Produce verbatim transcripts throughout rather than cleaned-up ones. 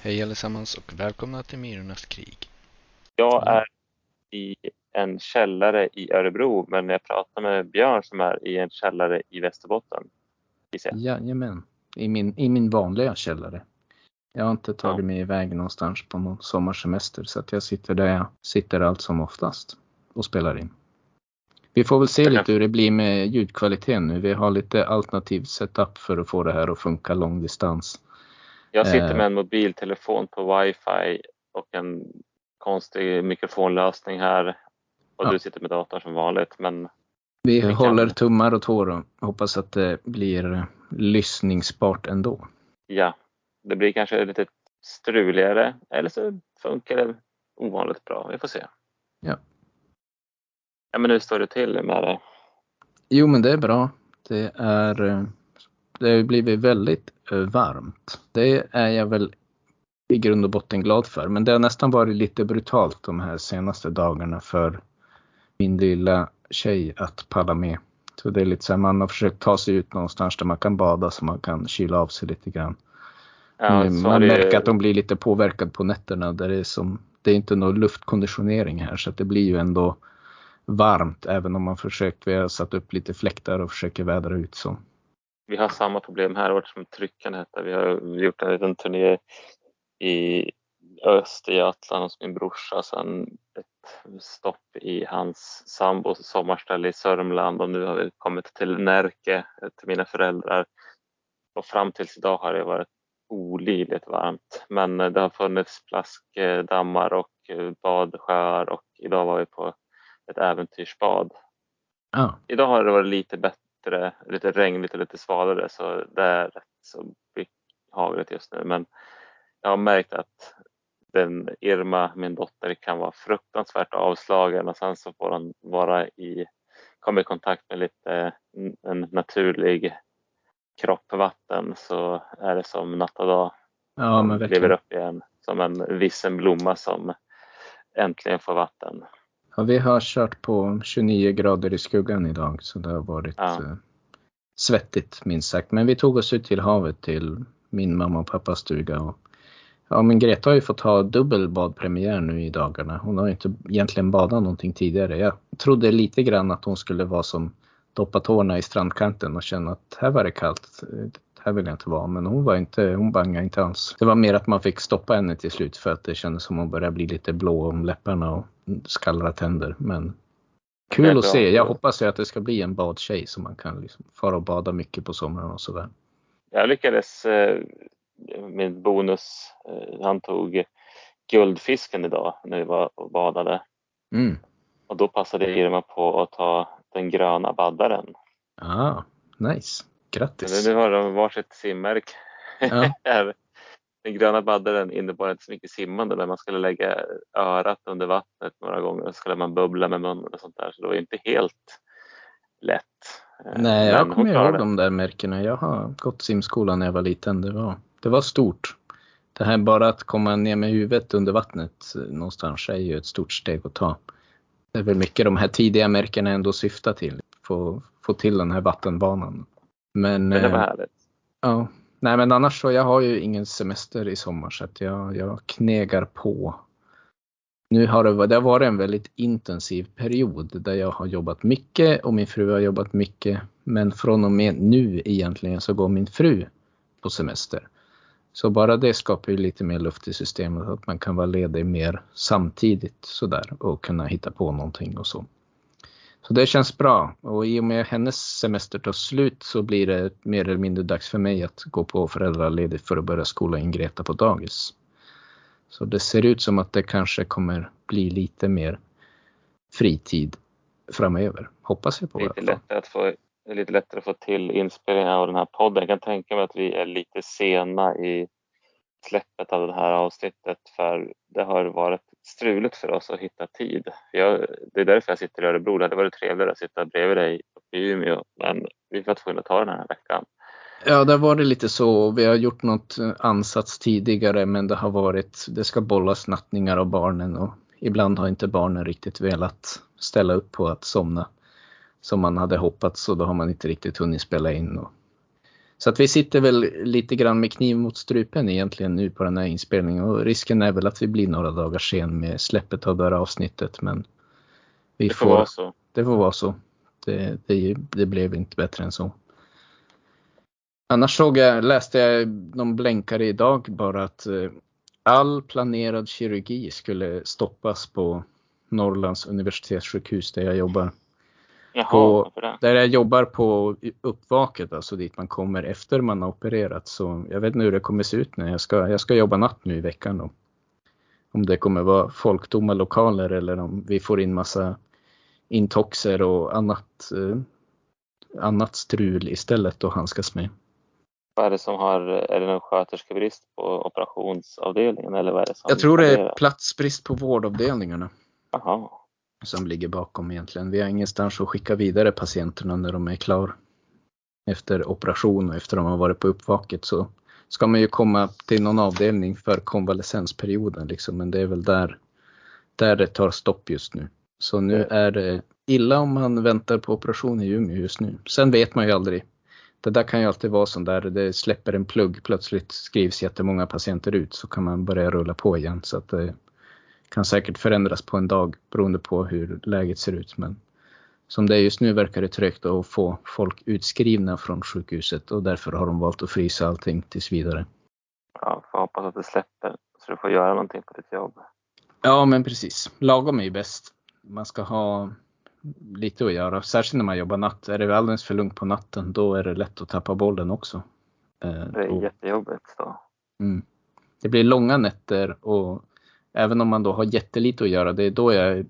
Hej allesammans och välkomna till Myrornas krig. Jag är i en källare i Örebro, men jag pratar med Björn som är i en källare i Västerbotten. Jajamän, i min, i min vanliga källare. Jag har inte tagit Ja. mig iväg någonstans på någon sommarsemester, så att jag sitter där jag sitter allt som oftast och spelar in. Vi får väl se Jag lite kan... hur det blir med ljudkvaliteten nu. Vi har lite alternativ setup för att få det här att funka långdistans. Jag sitter med en mobiltelefon på wifi och en konstig mikrofonlösning här. Och Ja. du sitter med datorn som vanligt. Men vi vi håller kan... tummar och tår och hoppas att det blir lyssningsbart ändå. Ja, det blir kanske lite struligare. Eller så funkar det ovanligt bra. Vi får se. Ja. Ja, men nu står det till med det. Jo, men det är bra. Det är... Det har blivit väldigt varmt. Det är jag väl i grund och botten glad för. Men det har nästan varit lite brutalt de här senaste dagarna för min lilla tjej att palla med. Så det är lite så här, man har försökt ta sig ut någonstans där man kan bada så man kan kyla av sig lite grann. Ja, man det... märker att de blir lite påverkad på nätterna. Där det, är som, det är inte någon luftkonditionering här, så att det blir ju ändå varmt även om man försökt. Vi har satt upp lite fläktar och försöker vädra ut så. Vi har samma problem här, vart som tryckan heter. Vi har gjort en liten turné i Östergötland hos min brorsa, sen ett stopp i hans sambos sommarställe i Sörmland och nu har vi kommit till Närke, till mina föräldrar. Och fram tills idag har det varit olidligt varmt, men det har funnits plaskdammar och badsjöar och idag var vi på ett äventyrsbad. Ja. Idag har det varit lite bättre, lite regnigt och lite svalare, så det är rätt så behagligt just nu. Men jag har märkt att den Irma, min dotter, kan vara fruktansvärt avslagen och sen så får hon vara i, komma i kontakt med lite en naturlig kroppvatten, så är det som natt och dag. Ja, men verkligen. Lever upp igen som en vissen blomma som äntligen får vatten. Ja, vi har kört på tjugonio grader i skuggan idag, så det har varit ja. eh, svettigt minst sagt. Men vi tog oss ut till havet till min mamma och pappas stuga. Och, ja, men Greta har ju fått ha dubbel badpremiär nu i dagarna. Hon har ju inte egentligen badat någonting tidigare. Jag trodde lite grann att hon skulle vara som doppa tårna i strandkanten och känna att här var det kallt. Här vill jag inte vara, men hon var inte, hon bangade inte alls. Det var mer att man fick stoppa henne till slut för att det kändes som hon började bli lite blå om läpparna och skallra tänder. Men kul att se. Jag hoppas ju att det ska bli en badtjej som man kan liksom fara och bada mycket på sommaren och sådär. Jag lyckades, min bonus, han tog guldfisken idag när vi var och badade. Mm. Och då passade Irma på att ta den gröna baddaren. Ah, nice. Grattis. Nu har de varsitt simmärk. Ja. Den gröna baddaren innebar inte så mycket simmande, men man skulle lägga örat under vattnet några gånger och så skulle man bubbla med munnen och sånt där. Så det var inte helt lätt. Nej, jag men kommer ihåg de där märkena. Jag har gått simskolan när jag var liten. Det var, det var stort. Det här bara att komma ner med huvudet under vattnet någonstans är ju ett stort steg att ta. Det är väl mycket de här tidiga märkena ändå syftar till. Få, få till den här vattenbanan. Men, men det var härligt. Ja. Nej, men annars så jag har ju ingen semester i sommar så att jag, jag knegar på. Nu har det, det har varit en väldigt intensiv period där jag har jobbat mycket och min fru har jobbat mycket. Men från och med nu egentligen så går min fru på semester. Så bara det skapar ju lite mer luft i systemet, att man kan vara ledig mer samtidigt sådär och kunna hitta på någonting och så. Så det känns bra, och i och med hennes semester tar slut så blir det mer eller mindre dags för mig att gå på föräldraledigt för att börja skola in Greta på dagis. Så det ser ut som att det kanske kommer bli lite mer fritid framöver. Hoppas jag på lite det. Lättare att få, lite lättare att få till inspelningen av den här podden. Jag kan tänka mig att vi är lite sena i släppet av det här avsnittet, för det har varit struligt för oss att hitta tid. Jag, det är därför jag sitter i Örebro. Det hade varit trevligare att sitta bredvid dig i Umeå, men vi får tvungna ta den här veckan. Ja, det var det lite så. Vi har gjort något ansats tidigare, men det har varit, det ska bollas nattningar av barnen och ibland har inte barnen riktigt velat ställa upp på att somna som man hade hoppats, och då har man inte riktigt hunnit spela in. Och Så att vi sitter väl lite grann med kniv mot strupen egentligen nu på den här inspelningen. Och risken är väl att vi blir några dagar sen med släppet av det här avsnittet. Men vi det får, får vara så. Det får vara så. Det, det, det blev inte bättre än så. Annars såg jag, läste jag någon blänkare idag bara att all planerad kirurgi skulle stoppas på Norrlands universitetssjukhus där jag jobbar. Jaha, På, varför det? där jag jobbar på uppvaket, alltså dit man kommer efter man har opererat. Så jag vet inte hur det kommer se ut nu. Jag ska, jag ska jobba natt nu i veckan då. Om det kommer vara folktomma lokaler eller om vi får in massa intoxer och annat, eh, annat strul istället att handskas med. Vad är det som har, är det någon sköterskebrist på operationsavdelningen eller vad är det som? Jag tror det är platsbrist på vårdavdelningarna. Jaha. Som ligger bakom egentligen. Vi har ingenstans att skicka vidare patienterna när de är klar. Efter operation och efter de har varit på uppvaket så ska man ju komma till någon avdelning för konvalescensperioden liksom. Men det är väl där, där det tar stopp just nu. Så nu är det illa om man väntar på operation i Umeå just nu. Sen vet man ju aldrig. Det där kan ju alltid vara sån där, det släpper en plugg, plötsligt skrivs jättemånga patienter ut så kan man börja rulla på igen. Så att det kan säkert förändras på en dag beroende på hur läget ser ut. Men som det är just nu verkar det trögt att få folk utskrivna från sjukhuset och därför har de valt att frysa allting tills vidare. Ja, får hoppas att det släpper så du får göra någonting på ditt jobb. Ja, men precis. Lagom är ju bäst. Man ska ha lite att göra. Särskilt när man jobbar natt. Är det alldeles för lugnt på natten, då är det lätt att tappa bollen också. Det är och, jättejobbigt då. Mm. Det blir långa nätter och även om man då har jättelite att göra, det är då jag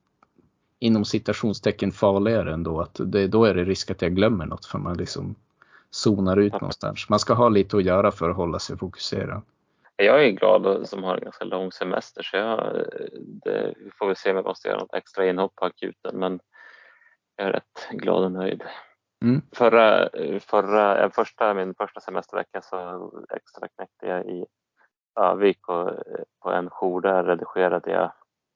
inom citationstecken farligare ändå. Att det, då är det risk att jag glömmer något för man liksom zonar ut någonstans. Man ska ha lite att göra för att hålla sig fokuserad. Jag är glad som har en ganska lång semester så jag det, vi får väl se om jag måste göra något extra inhopp på akuten men jag är rätt glad och nöjd. Mm. Förra, förra, första, min första semestervecka så extra knäckte jag i Övik och på en jour där redigerade jag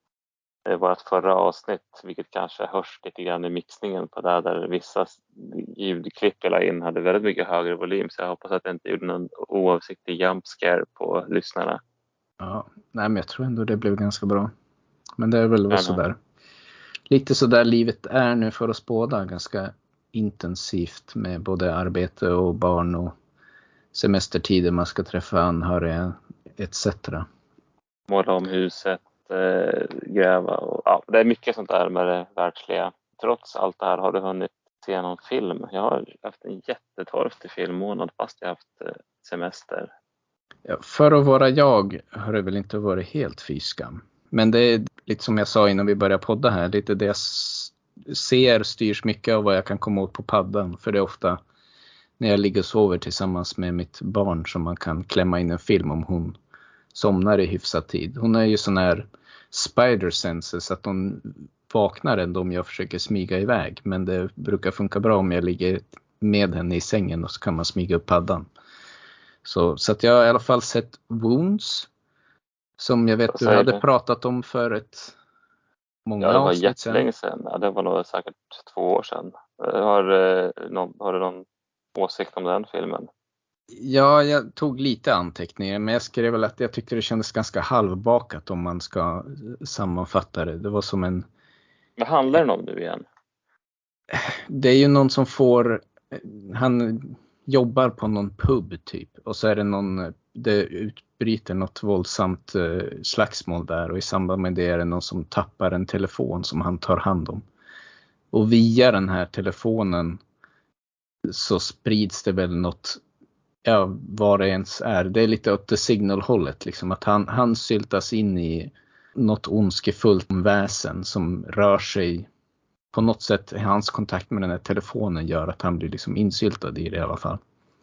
vårt förra avsnitt, vilket kanske hörs lite grann i mixningen på det där vissa ljudklipp jag la in hade väldigt mycket högre volym så jag hoppas att jag inte gjorde någon oavsiktlig jumpscare på lyssnarna. Ja, nej men jag tror ändå det blev ganska bra. Men det är väl Ja, sådär. Lite sådär livet är nu för oss båda, ganska intensivt med både arbete och barn och semestertider man ska träffa anhöriga et cetera. Måla om huset, eh, gräva och ja, det är mycket sånt där med det världsliga. Trots allt det här har du hunnit se någon film. Jag har haft en jättetorftig filmmånad fast jag haft eh, semester. Ja, för att vara jag har det väl inte varit helt fyskam. Men det är lite som jag sa innan vi började podda här. Lite det jag ser styrs mycket av vad jag kan komma åt på paddan. För det är ofta när jag ligger och sover tillsammans med mitt barn som man kan klämma in en film om hon somnar i hyfsad tid. Hon är ju sån här spider senses så att hon vaknar ändå om jag försöker smyga iväg. Men det brukar funka bra om jag ligger med henne i sängen och så kan man smyga upp paddan. Så, så att jag har i alla fall sett Wounds. Som jag vet du hade det? pratat om för ett många ja, det var avsnitt jättelänge sedan. Ja, det var nog säkert två år sedan. Har, någon, har du någon åsikt om den filmen? Ja, jag tog lite anteckningar. Men jag skrev väl att jag tyckte det kändes ganska halvbakat om man ska sammanfatta det. Det var som en... Vad handlar den om nu igen? Det är ju någon som får... Han jobbar på någon pub typ. Och så är det någon... Det utbryter något våldsamt slagsmål där. Och i samband med det är det någon som tappar en telefon som han tar hand om. Och via den här telefonen så sprids det väl något... Ja, vad det ens är. Det är lite åt the signal-hållet. Liksom. Att han, han syltas in i något ondskefullt väsen som rör sig på något sätt. Hans kontakt med den här telefonen gör att han blir liksom insyltad i det i alla fall.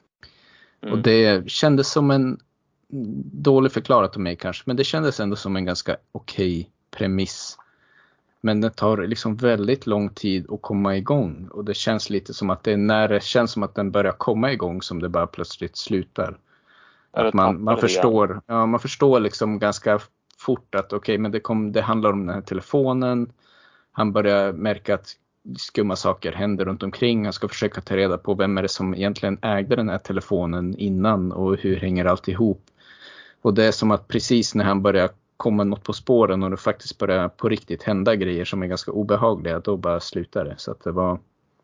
Mm. Och det kändes som en dålig förklarat av mig kanske. Men det kändes ändå som en ganska okej premiss. Men det tar liksom väldigt lång tid att komma igång. Och det känns lite som att det är när det känns som att den börjar komma igång som det bara plötsligt slutar. Ja, att man, man förstår, ja, man förstår liksom ganska fort att okej, okay, men det, kom, det handlar om den här telefonen. Han börjar märka att skumma saker händer runt omkring. Han ska försöka ta reda på vem är det som egentligen ägde den här telefonen innan och hur hänger allt ihop. Och det är som att precis när han börjar komma något på spåren och det faktiskt börjar på riktigt hända grejer som är ganska obehagliga, då bara slutar det. Så att det var,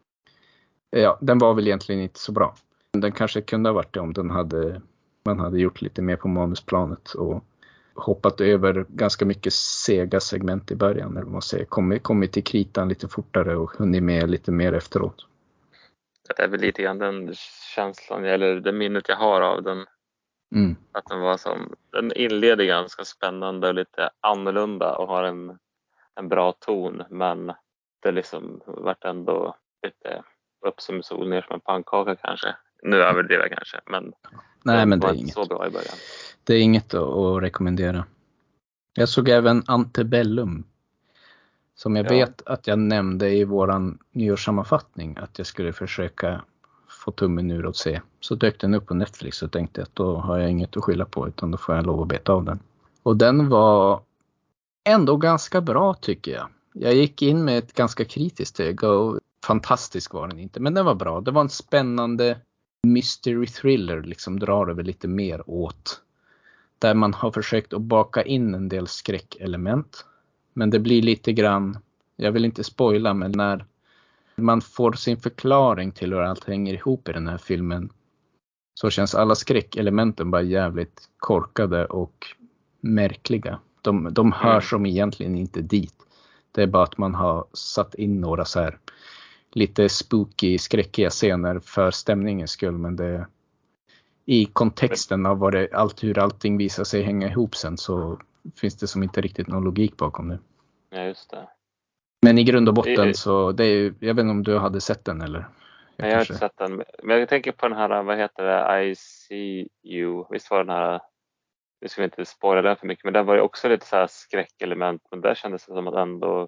ja, den var väl egentligen inte så bra. Den kanske kunde ha varit det om den hade, man hade gjort lite mer på manusplanet och hoppat över ganska mycket sega segment i början. Eller man säger, kommit, kommit till kritan lite fortare och hunnit med lite mer efteråt. Det är väl lite grann den känslan, eller det minnet jag har av den. Mm. Att den var som, den inleder ganska spännande och lite annorlunda och har en, en bra ton, men det liksom vart ändå lite upp som sol, ner som en pannkaka kanske. Nu överdriver jag kanske, men, Nej, men det var är inte inget. så bra i början. Det är inget att, att rekommendera. Jag såg även Antebellum. Som jag Ja. vet att jag nämnde i våran nyårssammanfattning att jag skulle försöka få tummen ur och se. Så dök den upp på Netflix och tänkte att då har jag inget att skylla på, utan då får jag lov att beta av den. Och den var ändå ganska bra tycker jag. Jag gick in med ett ganska kritiskt öga och fantastisk var den inte. Men den var bra. Det var en spännande mystery thriller, liksom drar det väl lite mer åt. Där man har försökt att baka in en del skräckelement. Men det blir lite grann, jag vill inte spoila, men när man får sin förklaring till hur allt hänger ihop i den här filmen, så känns alla skräckelementen bara jävligt korkade och märkliga. De, de hör Mm. som egentligen inte dit. Det är bara att man har satt in några så här lite spooky, skräckiga scener för stämningens skull, men det i kontexten av vad det, allt, hur allting visar sig hänga ihop sen, så finns det som inte riktigt någon logik bakom det. Ja, just det. Men i grund och botten I, så, det är ju, jag vet inte om du hade sett den eller? Jag, jag har kanske... inte sett den, men jag tänker på den här, vad heter det, I see you. Visst var den här, nu ska vi inte spoila den för mycket, men den var ju också lite så här skräckelement, men där kändes det som att ändå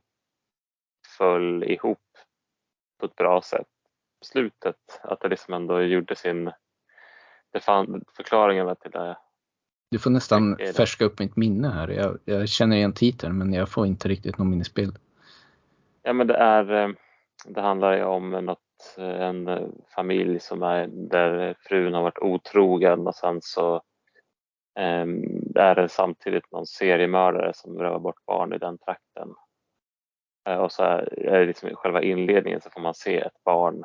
föll ihop på ett bra sätt. Slutet, att det liksom ändå gjorde sin, det fann förklaringen till det. Du får nästan Skräck, färska upp mitt minne här. Jag, jag känner igen titeln, men jag får inte riktigt någon minnesbild. Ja, men det är, det handlar ju om något, en familj som är, där frun har varit otrogen och sen så um, är det samtidigt någon seriemördare som rör bort barn i den trakten. Uh, och så är, är det liksom i själva inledningen så får man se ett barn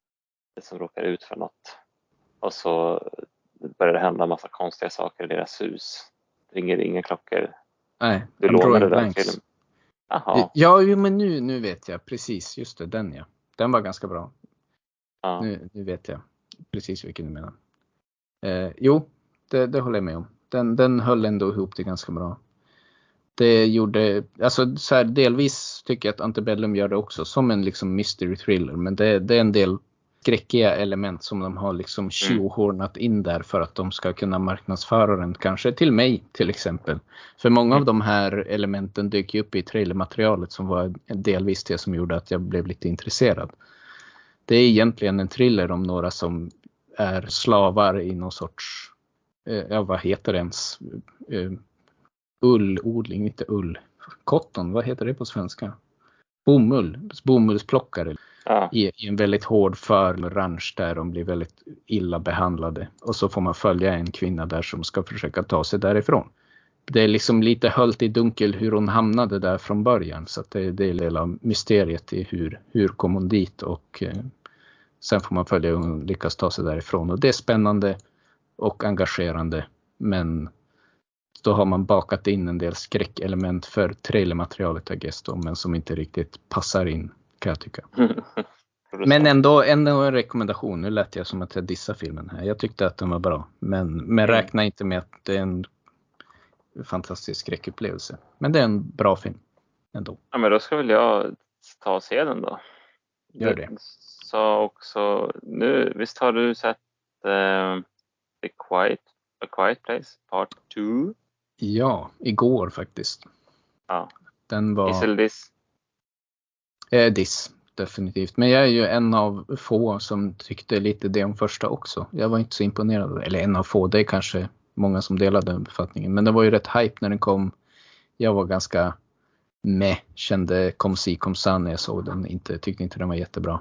som råkar ut för något. Och så börjar det hända en massa konstiga saker i deras hus. Det ringer inga klockor. Nej, Du I'm lånade drawing den blanks. filmen. Jaha. Ja, jo, men nu, nu vet jag precis. Just det, den ja. Den var ganska bra. Ja. Nu, nu vet jag precis vilken du menar. Eh, jo, det, det håller jag med om. Den, den höll ändå ihop det ganska bra. Det gjorde, alltså så här, delvis tycker jag att Antebellum gör det också som en liksom mystery thriller. Men det, det är en del skräckiga element som de har liksom tjohornat in där för att de ska kunna marknadsföra den. Kanske till mig till exempel. För många Mm. av de här elementen dök upp i trailermaterialet som var delvis det som gjorde att jag blev lite intresserad. Det är egentligen en thriller om några som är slavar i någon sorts, eh, ja vad heter det ens? Eh, ullodling, inte ull. Cotton, vad heter det på svenska? Bomull, bomullsplockare. Ja. I, I en väldigt hård förranch där de blir väldigt illa behandlade. Och så får man följa en kvinna där som ska försöka ta sig därifrån. Det är liksom lite höljt i dunkel hur hon hamnade där från början. Så att det, det är hela mysteriet i hur, hur kom hon dit. Och eh, sen får man följa hur hon lyckas ta sig därifrån. Och det är spännande och engagerande. Men då har man bakat in en del skräckelement för trailermaterialet jag guess då, men som inte riktigt passar in, kan jag tycka. Men ändå, ändå en rekommendation. Nu lät jag som att jag dissar filmen här. Jag tyckte att den var bra. Men, men Mm. räkna inte med att det är en fantastisk skräckupplevelse. Men det är en bra film ändå. Ja, men då ska väl jag ta och se den då. Gör det. Så också, nu, visst har du sett uh, The Quiet, A Quiet Place Part två? Ja, igår faktiskt. Ja. Den var... Iseldis? Eh, diss, definitivt. Men jag är ju en av få som tyckte lite det om första också. Jag var inte så imponerad. Eller en av få, det är kanske många som delade den befattningen. Men det var ju rätt hype när den kom. Jag var ganska med kände kom si kom sa när jag såg den. Inte, tyckte inte den var jättebra.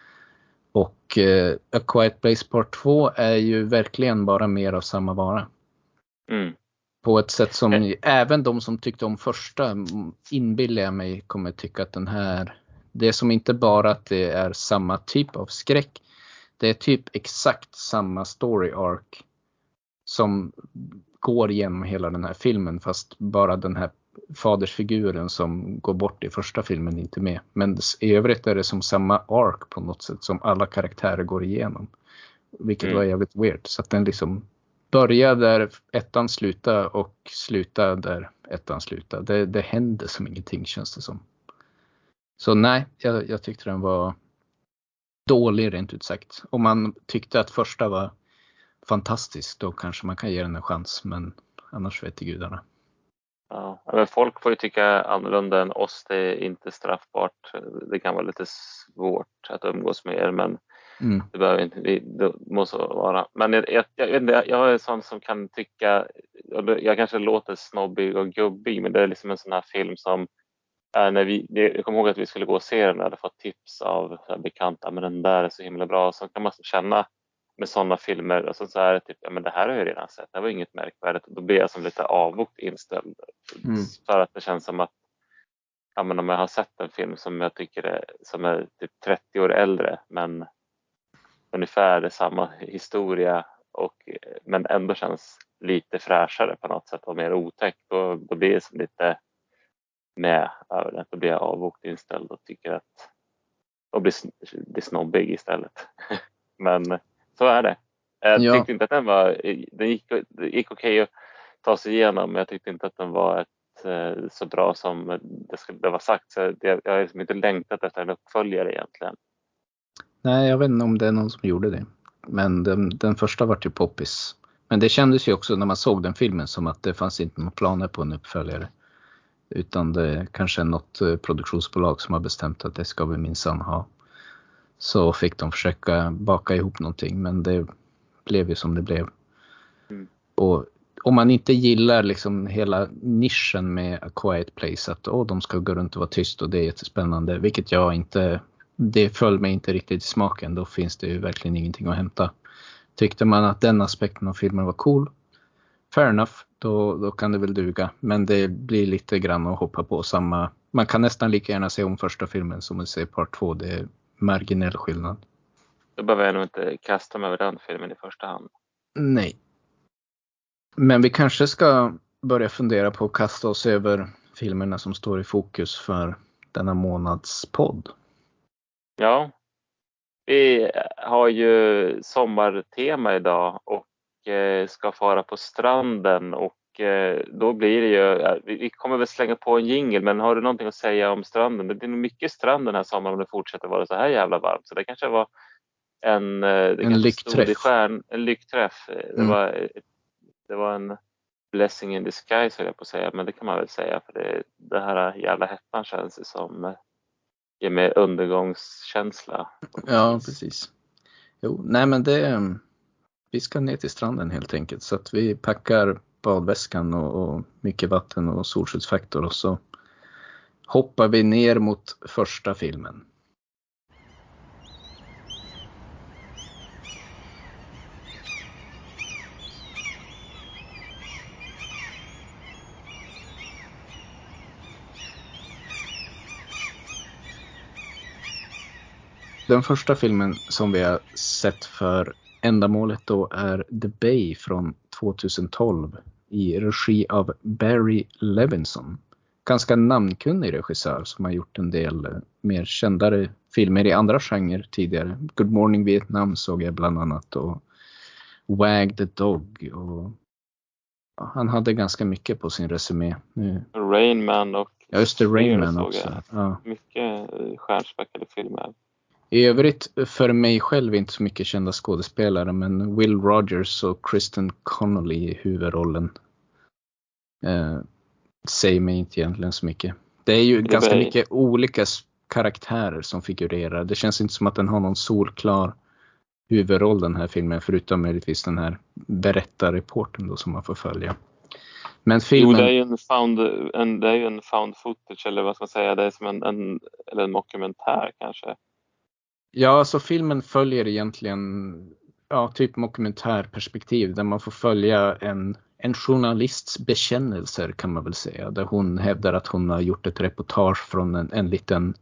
Och eh, A Quiet Place Part två är ju verkligen bara mer av samma vara. Mm. På ett sätt som Eh. även de som tyckte om första inbillar jag mig kommer tycka att den här, det är som inte bara att det är samma typ av skräck. Det är typ exakt samma story arc som går igenom hela den här filmen, fast bara den här fadersfiguren som går bort i första filmen inte med. Men i övrigt är det som samma arc på något sätt som alla karaktärer går igenom. Vilket mm. var jävligt weird. Så att den liksom börjar där ettan slutar och slutar där ettan slutar. Det, det händer som ingenting, känns det som. Så nej, jag, jag tyckte den var dålig rent ut sagt. Om man tyckte att första var fantastisk, då kanske man kan ge den en chans. Men annars vet jag gudarna. Ja, men folk får ju tycka annorlunda än oss. Det är inte straffbart. Det kan vara lite svårt att umgås med er, men mm. det behöver inte, det måste vara. Men jag, jag, jag, jag är sån som kan tycka, jag kanske låter snobbig och gubbig, men det är liksom en sån här film som äh, när vi, jag kommer ihåg att vi skulle gå och se den och hade fått tips av så här bekanta, men den där är så himla bra. Så kan man känna med sådana filmer, alltså så här, typ, ja, men det här har jag redan sett, det var inget märkvärdigt. Då blir jag som lite avvokt inställd. Mm. För att det känns som att ja, men om jag har sett en film som jag tycker är, som är typ trettio år äldre, men ungefär samma historia, och, men ändå känns lite fräschare på något sätt och mer otäckt, då, då blir det som lite med över det. Då blir jag avvokt inställd och tycker att och blir, blir snobbig istället. Men så är det. Jag ja. tyckte inte att den var, den gick, det gick okej att ta sig igenom, men jag tyckte inte att den var ett, så bra som det skulle det var sagt. Så jag, jag har liksom inte längtat efter en uppföljare egentligen. Nej, jag vet inte om det är någon som gjorde det. Men den, den första var ju poppis. Men det kändes ju också när man såg den filmen som att det fanns inte några planer på en uppföljare. Utan det kanske är något produktionsbolag som har bestämt att det ska vi minsann ha. Så fick de försöka baka ihop någonting, men det blev ju som det blev. Mm. Och om man inte gillar liksom hela nischen med A Quiet Place, att oh, de ska gå runt och vara tyst och det är jättespännande, vilket jag inte, det föll mig inte riktigt i smaken, då finns det ju verkligen ingenting att hämta. Tyckte man att den aspekten av filmen var cool, fair enough, då, då kan det väl duga. Men det blir lite grann att hoppa på samma, man kan nästan lika gärna se om första filmen som att se part två, det är marginell skillnad. Då behöver jag nog inte kasta mig över den filmen i första hand. Nej. Men vi kanske ska börja fundera på att kasta oss över filmerna som står i fokus för denna månads podd. Ja. Vi har ju sommartema idag och ska fara på stranden, och då blir det ju, vi kommer väl slänga på en jingle, men har du någonting att säga om stranden? Det blir mycket strand den här sommaren om det fortsätter vara så här jävla varmt, så det kanske var en, det en lyckträff. Stjärn, en lyckträff. Mm. Det, var, det var en blessing in disguise, höll jag på att säga, men det kan man väl säga, för det, det här jävla hettan känns som ger mig undergångskänsla. Ja, precis. Jo, nej men det, vi ska ner till stranden helt enkelt, så att vi packar badväskan och, och mycket vatten och solskyddsfaktor, och så hoppar vi ner mot första filmen. Den första filmen som vi har sett för ändamålet då är The Bay från tjugohundratolv i regi av Barry Levinson. Ganska namnkunnig regissör som har gjort en del mer kändare filmer i andra genrer tidigare. Good Morning Vietnam såg jag bland annat, och Wag the Dog. Och ja, han hade ganska mycket på sin resumé. Rain Man och ja, just det, Rain Man också. Ja. Mycket stjärnspäckade filmer. I övrigt för mig själv inte så mycket kända skådespelare, men Will Rogers och Kristen Connolly i huvudrollen eh, säger mig inte egentligen så mycket. Det är ju det ganska är... mycket olika karaktärer som figurerar. Det känns inte som att den har någon solklar huvudroll, den här filmen, förutom möjligtvis den här berättarreporten då som man får följa. Men filmen... Jo, det är ju en found, en, det är ju en found footage, eller vad ska man säga, det är som en, en, eller en mockumentär kanske. Ja, så filmen följer egentligen ja, typ mockumentärperspektiv där man får följa en, en journalists bekännelser kan man väl säga. Där hon hävdar att hon har gjort ett reportage från en, en liten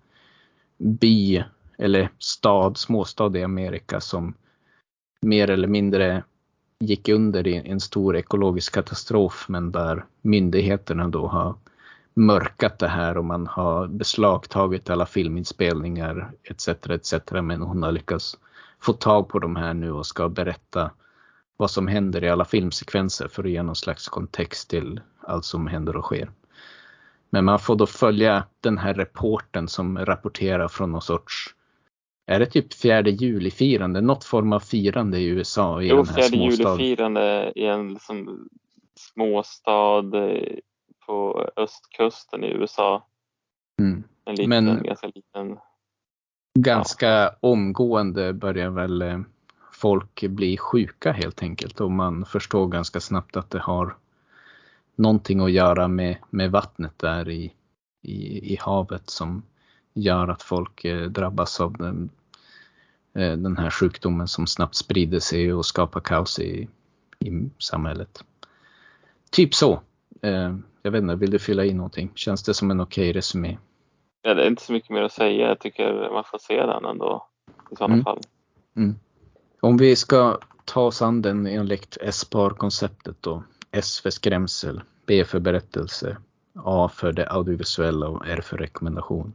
by eller stad, småstad i Amerika som mer eller mindre gick under i en stor ekologisk katastrof, men där myndigheterna då har mörkat det här och man har beslagtagit alla filminspelningar etc. etc. Men hon har lyckats få tag på de här nu och ska berätta vad som händer i alla filmsekvenser för att ge någon slags kontext till allt som händer och sker. Men man får då följa den här reporten som rapporterar från någon sorts, är det typ fjärde juli-firande, något form av firande i U S A i Jo, den här fjärde småstaden. juli-firande i en liksom, småstad på östkusten i U S A. Mm. En liten, Men ganska liten. ganska ja. omgående börjar väl eh, folk bli sjuka helt enkelt, och man förstår ganska snabbt att det har någonting att göra med, med vattnet där i, i, i havet som gör att folk eh, drabbas av den, eh, den här sjukdomen som snabbt sprider sig och skapar kaos i, i samhället. Typ så. Eh, jag vet inte, vill du fylla in någonting? Känns det som en okej resumé? Ja, det är inte så mycket mer att säga. Jag tycker man får se den ändå i sådana Mm. fall. Mm. Om vi ska ta oss an den enligt S P A R-konceptet då. S för skrämsel, B för berättelse, A för det audiovisuella och R för rekommendation.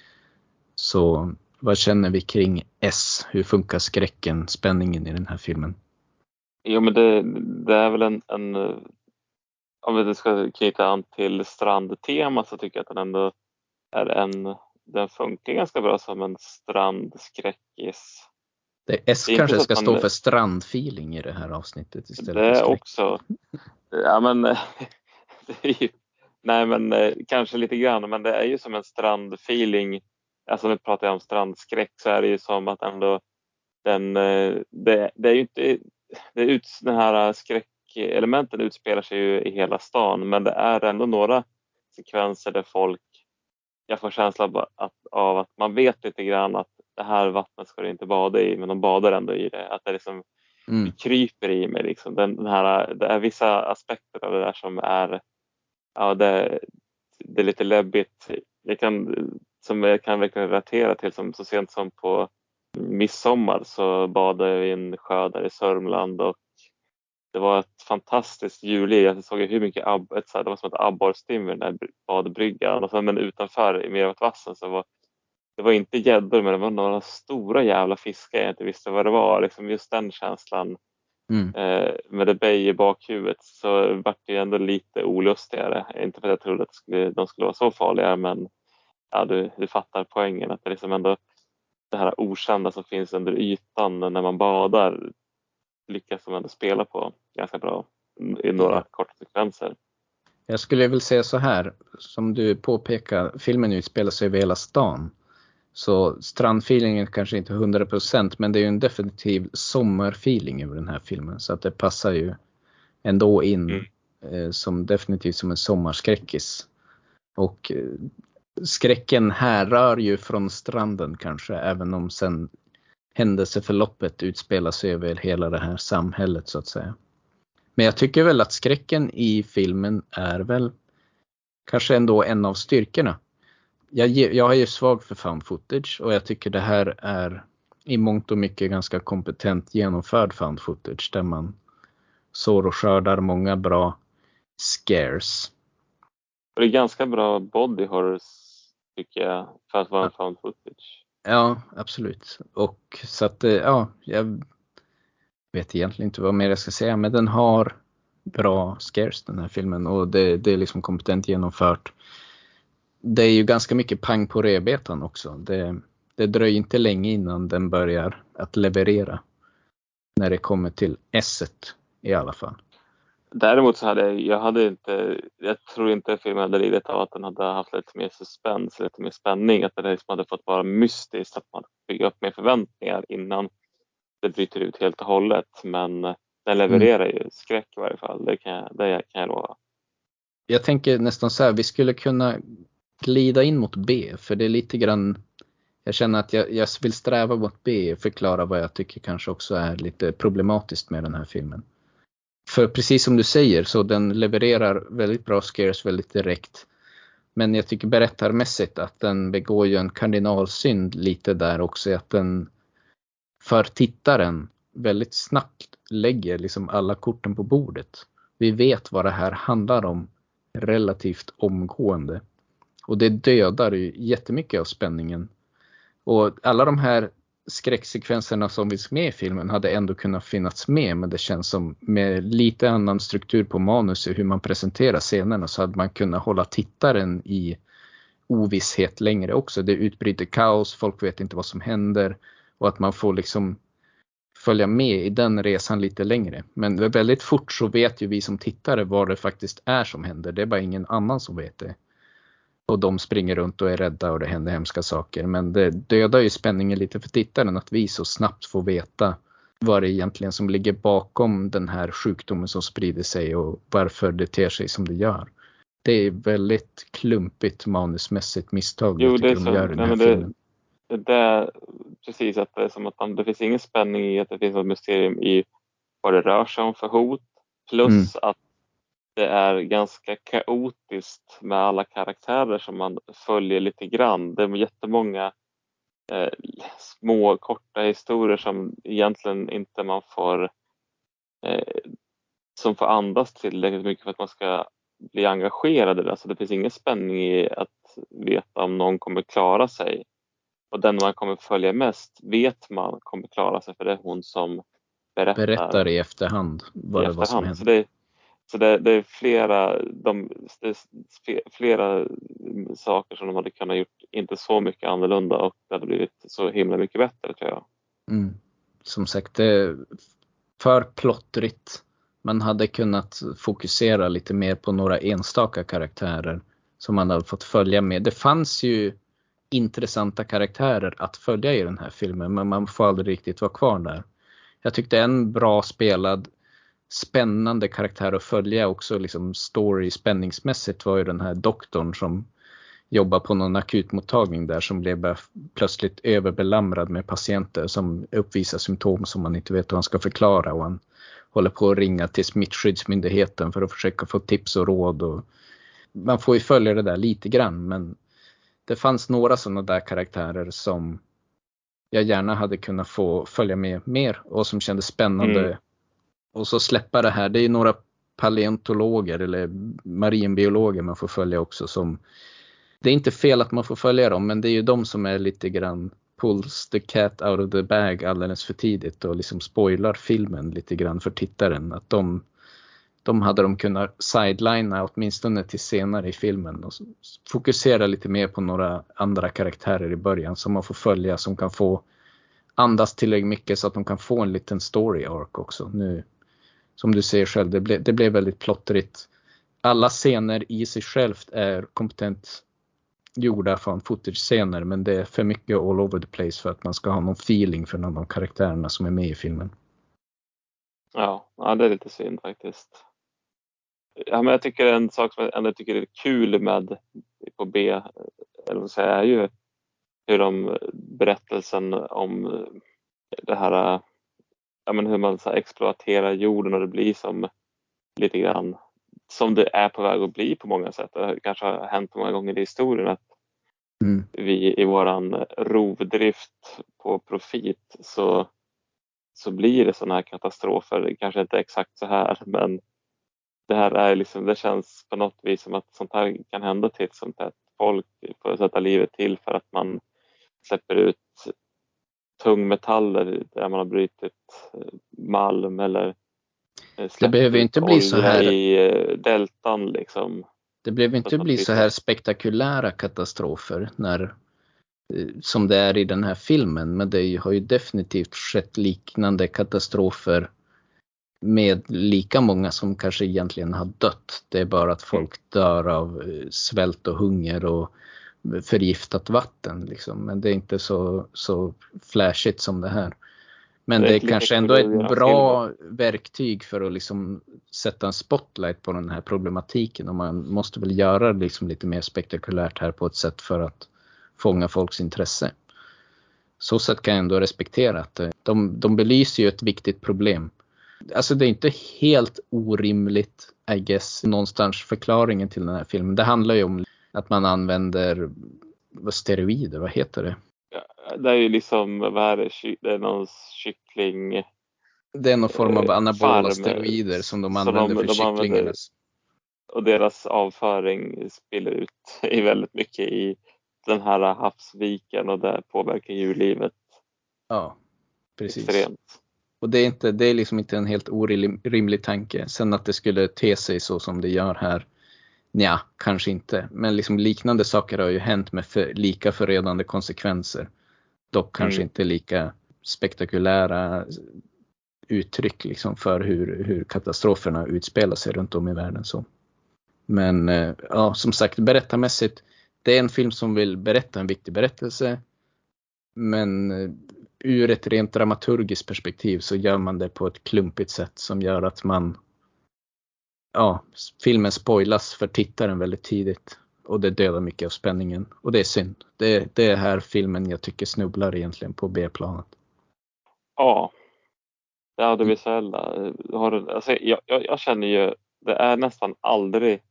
Så vad känner vi kring S? Hur funkar skräcken, spänningen i den här filmen? Jo, men det, det är väl en, en om vi ska knyta an till strandtema, så tycker jag att den ändå är en, den funkar ganska bra som en strandskräckis. Det S Det är kanske inte så ska att stå man, för strandfeeling i det här avsnittet istället det för är skräck. också, ja men det är ju, nej men kanske lite grann, men det är ju som en strandfeeling. Alltså nu pratar jag om strandskräck, så är det ju som att ändå den, det, det är ju inte, det är ut, den här skräckelementen utspelar sig ju i hela stan, men det är ändå några sekvenser där folk, jag får känslan av att, av att man vet lite grann att det här vattnet ska du inte bada i, men de badar ändå i det. Att det liksom Mm. det kryper i mig liksom. Den, den här, det är vissa aspekter av det där som är, ja det, det är lite läbbigt. Jag kan, som jag kan verkligen relatera till, som så sent som på midsommar så badade jag i en sjö där i Sörmland, och det var ett fantastiskt juli. Jag såg hur mycket ab- ett, så här, det var som ett abborrstim i den där badbryggan, och sen men utanför i Meråtvassen så var det var inte gäddor, men det var några stora jävla fiskar jag inte visste vad det var. Liksom just den känslan Mm. eh, med det bej i bakhuvudet, så vart det ändå lite olustigare. Inte för att jag trodde att det skulle, de skulle vara så farliga, men ja, du, du fattar poängen, att det liksom ändå det här okända som finns under ytan när man badar lyckas de ändå spela på ganska bra i några Ja. korta sekvenser. Jag skulle väl säga så här, som du påpekar, filmen utspelar sig över hela stan. Så strandfeelingen kanske inte hundra procent, men det är ju en definitiv sommarfeeling över den här filmen. Så att det passar ju ändå in Mm. eh, som definitivt som en sommarskräckis. Och eh, skräcken härrör ju från stranden kanske, även om sen händelseförloppet utspelar sig över hela det här samhället så att säga. Men jag tycker väl att skräcken i filmen är väl kanske ändå en av styrkorna. Jag, jag är ju svag för found footage, och jag tycker det här är i mångt och mycket ganska kompetent genomförd found footage där man sår och skördar många bra scares. Och det är ganska bra body horror tycker jag för att vara en found footage. Ja, absolut. Och så att ja, jag vet egentligen inte vad mer jag ska säga, men den har bra scares den här filmen, och det, det är liksom kompetent genomfört. Det är ju ganska mycket pang på rödbetan också. Det, det dröjer inte länge innan den börjar att leverera. När det kommer till S-et i alla fall. Däremot så hade jag, jag hade inte, jag tror inte filmen hade lidit av att den hade haft lite mer suspens, lite mer spänning. Att det liksom hade fått vara mystiskt, att man bygger upp mer förväntningar innan det bryter ut helt och hållet. Men den levererar mm. ju skräck i varje fall, det kan jag, det kan jag lova. Jag tänker nästan så här, vi skulle kunna glida in mot B, för det är lite grann, jag känner att jag, jag vill sträva mot B och förklara vad jag tycker kanske också är lite problematiskt med den här filmen. För precis som du säger, så den levererar väldigt bra scares väldigt direkt. Men jag tycker berättarmässigt att den begår ju en kardinalsynd lite där också, att den för tittaren väldigt snabbt lägger liksom alla korten på bordet. Vi vet vad det här handlar om relativt omgående. Och det dödar ju jättemycket av spänningen. Och alla de här skräcksekvenserna som finns med i filmen hade ändå kunnat finnas med, men det känns som med lite annan struktur på manus hur man presenterar scenerna, så hade man kunnat hålla tittaren i ovisshet längre också. Det utbryter kaos, folk vet inte vad som händer, och att man får liksom följa med i den resan lite längre. Men väldigt fort så vet ju vi som tittare vad det faktiskt är som händer. Det är bara ingen annan som vet det. Och de springer runt och är rädda och det händer hemska saker. Men det dödar ju spänningen lite för tittaren att vi så snabbt får veta vad det egentligen som ligger bakom den här sjukdomen som sprider sig och varför det ter sig som det gör. Det är väldigt klumpigt manusmässigt misstag. Jo, jag det är de så, gör i den här nej, men filmen. det, det är precis att det är som att man, det finns ingen spänning i att det finns något mysterium i vad det rör sig om för hot. Plus mm. att det är ganska kaotiskt med alla karaktärer som man följer lite grann. Det är jättemånga eh, små korta historier som egentligen inte man får eh, som får andas tillräckligt mycket för att man ska bli engagerad. Alltså det finns ingen spänning i att veta om någon kommer klara sig. Och den man kommer följa mest vet man kommer klara sig, för det är hon som berättar, berättar i efterhand vad i det var som hände. Så det, så det, det är flera, de, det är flera saker som de hade kunnat gjort inte så mycket annorlunda, och det hade blivit så himla mycket bättre, tror jag. Mm. Som sagt, det är för plottrigt. Man hade kunnat fokusera lite mer på några enstaka karaktärer som man hade fått följa med. Det fanns ju intressanta karaktärer att följa i den här filmen, men man får aldrig riktigt vara kvar där. Jag tyckte en bra spelad, spännande karaktär att följa också, liksom story spänningsmässigt, var ju den här doktorn som jobbar på någon akutmottagning där, som blev plötsligt överbelamrad med patienter som uppvisar symptom som man inte vet hur han ska förklara, och han håller på att ringa till smittskyddsmyndigheten för att försöka få tips och råd. Och man får ju följa det där lite grann, men det fanns några sådana där karaktärer som jag gärna hade kunnat få följa med mer och som kändes spännande. Mm. Och så släppa det här. Det är några paleontologer eller marinbiologer man får följa också. Som, det är inte fel att man får följa dem, men det är ju de som är lite grann pulls the cat out of the bag alldeles för tidigt och liksom spoilar filmen lite grann för tittaren. Att de, de hade de kunnat sidelina åtminstone till senare i filmen och fokusera lite mer på några andra karaktärer i början som man får följa, som kan få andas tillräckligt mycket så att de kan få en liten story arc också. Nu, som du säger själv, det, ble, det blev väldigt plottrigt. Alla scener i sig självt är kompetent gjorda från footage-scener, men det är för mycket all over the place för att man ska ha någon feeling för någon av karaktärerna som är med i filmen. Ja, ja, det är lite synd faktiskt. Ja, men jag tycker en sak som jag ändå tycker är kul med på B, eller vad säga, är ju hur de berättelsen om det här, ja, men hur man så här exploaterar jorden, och det blir som lite grann som det är på väg att bli på många sätt. Det kanske har hänt många gånger i historien att mm. vi i våran rovdrift på profit så, så blir det sådana här katastrofer. Kanske inte exakt så här, men det här är liksom, det känns på något vis som att sånt här kan hända till ett sånt här folk får sätta livet till för att man släpper ut tungmetaller där man har brutit malm, eller det behöver inte bli så här i deltan liksom. Det behöver inte bli så här spektakulära katastrofer när, som det är i den här filmen, men det har ju definitivt skett liknande katastrofer med lika många som kanske egentligen har dött. Det är bara att folk dör av svält och hunger och förgiftat vatten liksom. Men det är inte så, så flashigt som det här. Men Det det är är inte lika kanske kul ändå att ett göra bra verktyg för att liksom sätta en spotlight på den här problematiken. Och man måste väl göra det liksom lite mer spektakulärt här på ett sätt för att fånga folks intresse. Så sätt kan jag ändå respektera att de, de belyser ju ett viktigt problem. Alltså det är inte helt orimligt, I guess, någonstans förklaringen till den här filmen. Det handlar ju om att man använder vad, steroider, vad heter det? Ja, det är ju liksom, vad är det? Ky- Det är någon kyckling... Det är någon form av eh, anabola farm, steroider som de som använder de, för de kycklingarna. använder, och deras avföring spiller ut i väldigt mycket i den här havsviken, och det påverkar djurlivet Ja, precis. extremt. Och det är, inte, det är liksom inte en helt orimlig tanke. Sen att det skulle te sig så som det gör här, ja, kanske inte. Men liksom liknande saker har ju hänt med för, lika förödande konsekvenser. Dock kanske Mm. inte lika spektakulära uttryck liksom för hur, hur katastroferna utspelar sig runt om i världen. Så. Men ja, som sagt, berättarmässigt, det är en film som vill berätta en viktig berättelse. Men ur ett rent dramaturgiskt perspektiv så gör man det på ett klumpigt sätt som gör att man, ja, filmen spoilas för tittaren väldigt tidigt. Och det dödar mycket av spänningen. Och det är synd. Det, det är här filmen jag tycker snubblar egentligen på B-planet. Ja, det audiovisuella. Har, alltså, jag, jag, jag känner ju, det är nästan aldrig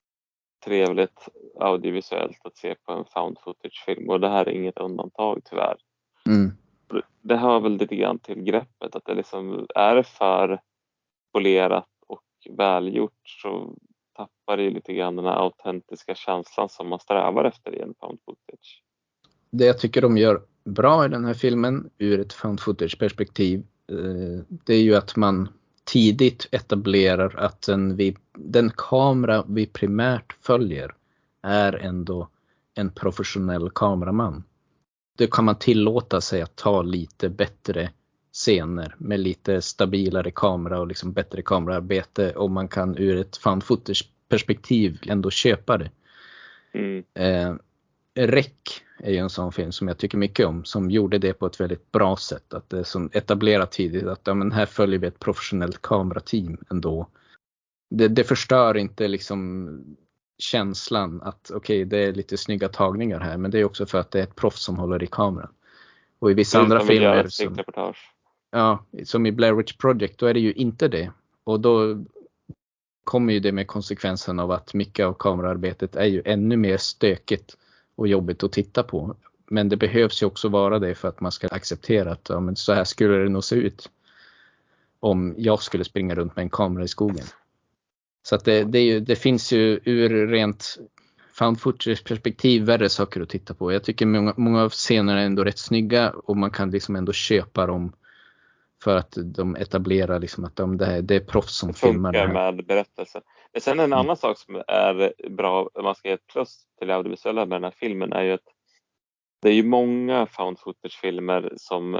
trevligt audiovisuellt att se på en found footage-film. Och det här är inget undantag tyvärr. Mm. Det hör väl lite grann till greppet, att det liksom är för polerat och välgjort, så tappar det lite grann den här autentiska känslan som man strävar efter i en found footage. Det jag tycker de gör bra i den här filmen ur ett found footage perspektiv, det är ju att man tidigt etablerar att den, vi, den kamera vi primärt följer är ändå en professionell kameraman. Det kan man tillåta sig att ta lite bättre scener med lite stabilare kamera och liksom bättre kameraarbete, och man kan ur ett found footage perspektiv ändå köpa det. Mm. Eh, Rec är ju en sån film som jag tycker mycket om, som gjorde det på ett väldigt bra sätt, att det som etablerat tidigt att ja, men här följer vi ett professionellt kamerateam ändå. Det, det förstör inte liksom känslan att okej, okay, det är lite snygga tagningar här, men det är också för att det är ett proffs som håller i kameran. Och i vissa andra filmer som, ja, som i Blair Witch Project, då är det ju inte det. Och då kommer ju det med konsekvensen av att mycket av kamerarbetet är ju ännu mer stökigt och jobbigt att titta på. Men det behövs ju också vara det för att man ska acceptera att ja, men så här skulle det nog se ut om jag skulle springa runt med en kamera i skogen. Så att det, det, är ju, det finns ju ur rent found footage perspektiv värre saker att titta på. Jag tycker många, många av scenerna är ändå rätt snygga, och man kan liksom ändå köpa dem för att de etablerar liksom att de, det, här, det är proffs som filmar det här. Med berättelsen. Men sen en mm. annan sak som är bra, om man ska ge ett plus till audiovisuella med den här filmen, är ju att det är ju många found footage-filmer som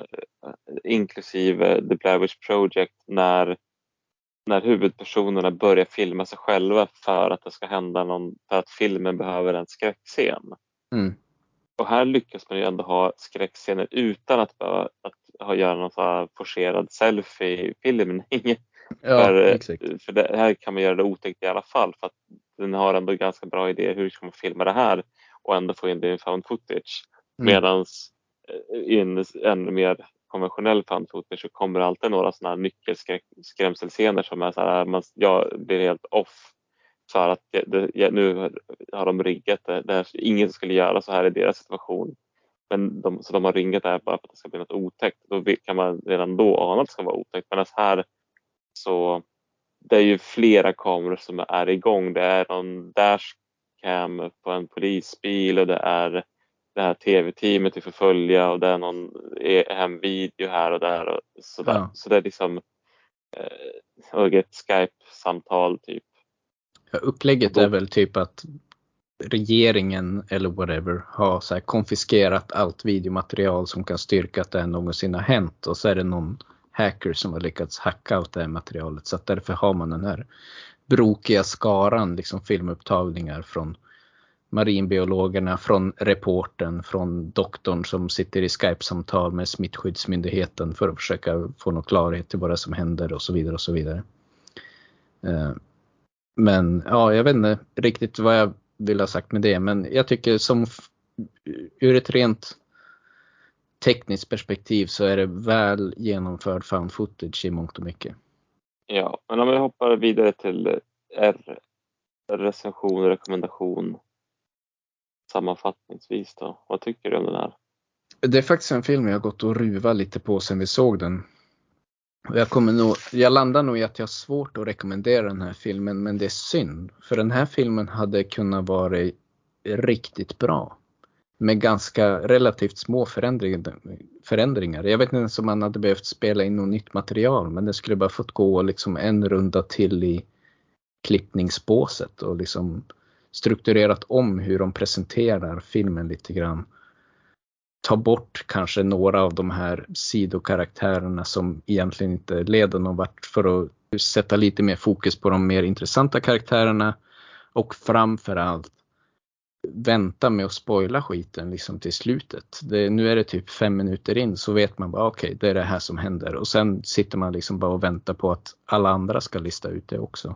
inklusive The Blair Witch Project, när när huvudpersonerna börjar filma sig själva för att det ska hända någon, för att filmen behöver en skräckscen. Mm. Och här lyckas man ju ändå ha skräckscener utan att behöva att ha göra någon så här forcerad selfie-filmning. Ja, för, exakt. för det här kan man göra det otäckt i alla fall, för att den har ändå ganska bra idé hur ska man filma det här och ändå få in det i found footage. Mm. Medans i en ännu mer konventionell found footage så kommer det alltid några sådana här nyckelskrämselscener som är så här, man, jag blir helt off för att det, det, nu har de riggat det, det här, ingen skulle göra så här i deras situation, men de, så de har ringat det här bara för att det ska bli något otäckt. Då kan man redan då ana att det ska vara otäckt, men här så det är ju flera kameror som är igång. Det är någon dashcam på en polisbil, och det är det här tv-teamet vi får följa, och det är någon hemvideo här och där och sådär. Ja. Så det är liksom eh, ett Skype-samtal typ. Ja, upplägget då är väl typ att regeringen eller whatever har så här konfiskerat allt videomaterial som kan styrka att det någonsin har hänt, och så är det någon hacker som har lyckats hacka ut det här materialet, så att därför har man den här brokiga skaran liksom filmupptagningar från marinbiologerna, från reportern, från doktorn som sitter i Skype-samtal med smittskyddsmyndigheten för att försöka få någon klarhet till vad det är som händer och så vidare och så vidare. Men ja, jag vet inte riktigt vad jag vill ha sagt med det, men jag tycker som ur ett rent tekniskt perspektiv så är det väl genomförd found footage i mångt och mycket. Ja, men om vi hoppar vidare till R, recension och rekommendation sammanfattningsvis då. Vad tycker du om den här? Det är faktiskt en film jag har gått och ruva lite på sen vi såg den. Jag, kommer nog, jag landar nog i att jag har svårt att rekommendera den här filmen, men det är synd. För den här filmen hade kunnat vara riktigt bra. Med ganska relativt små förändringar. Jag vet inte ens om man hade behövt spela in något nytt material, men det skulle bara fått gå liksom en runda till i klippningsbåset och liksom strukturerat om hur de presenterar filmen lite grann. Ta bort kanske några av de här sidokaraktärerna som egentligen inte leder någon vart, för att sätta lite mer fokus på de mer intressanta karaktärerna, och framförallt vänta med att spoila skiten liksom till slutet. Det, nu är det typ fem minuter in så vet man bara okej, okay, det är det här som händer, och sen sitter man liksom bara och väntar på att alla andra ska lista ut det också.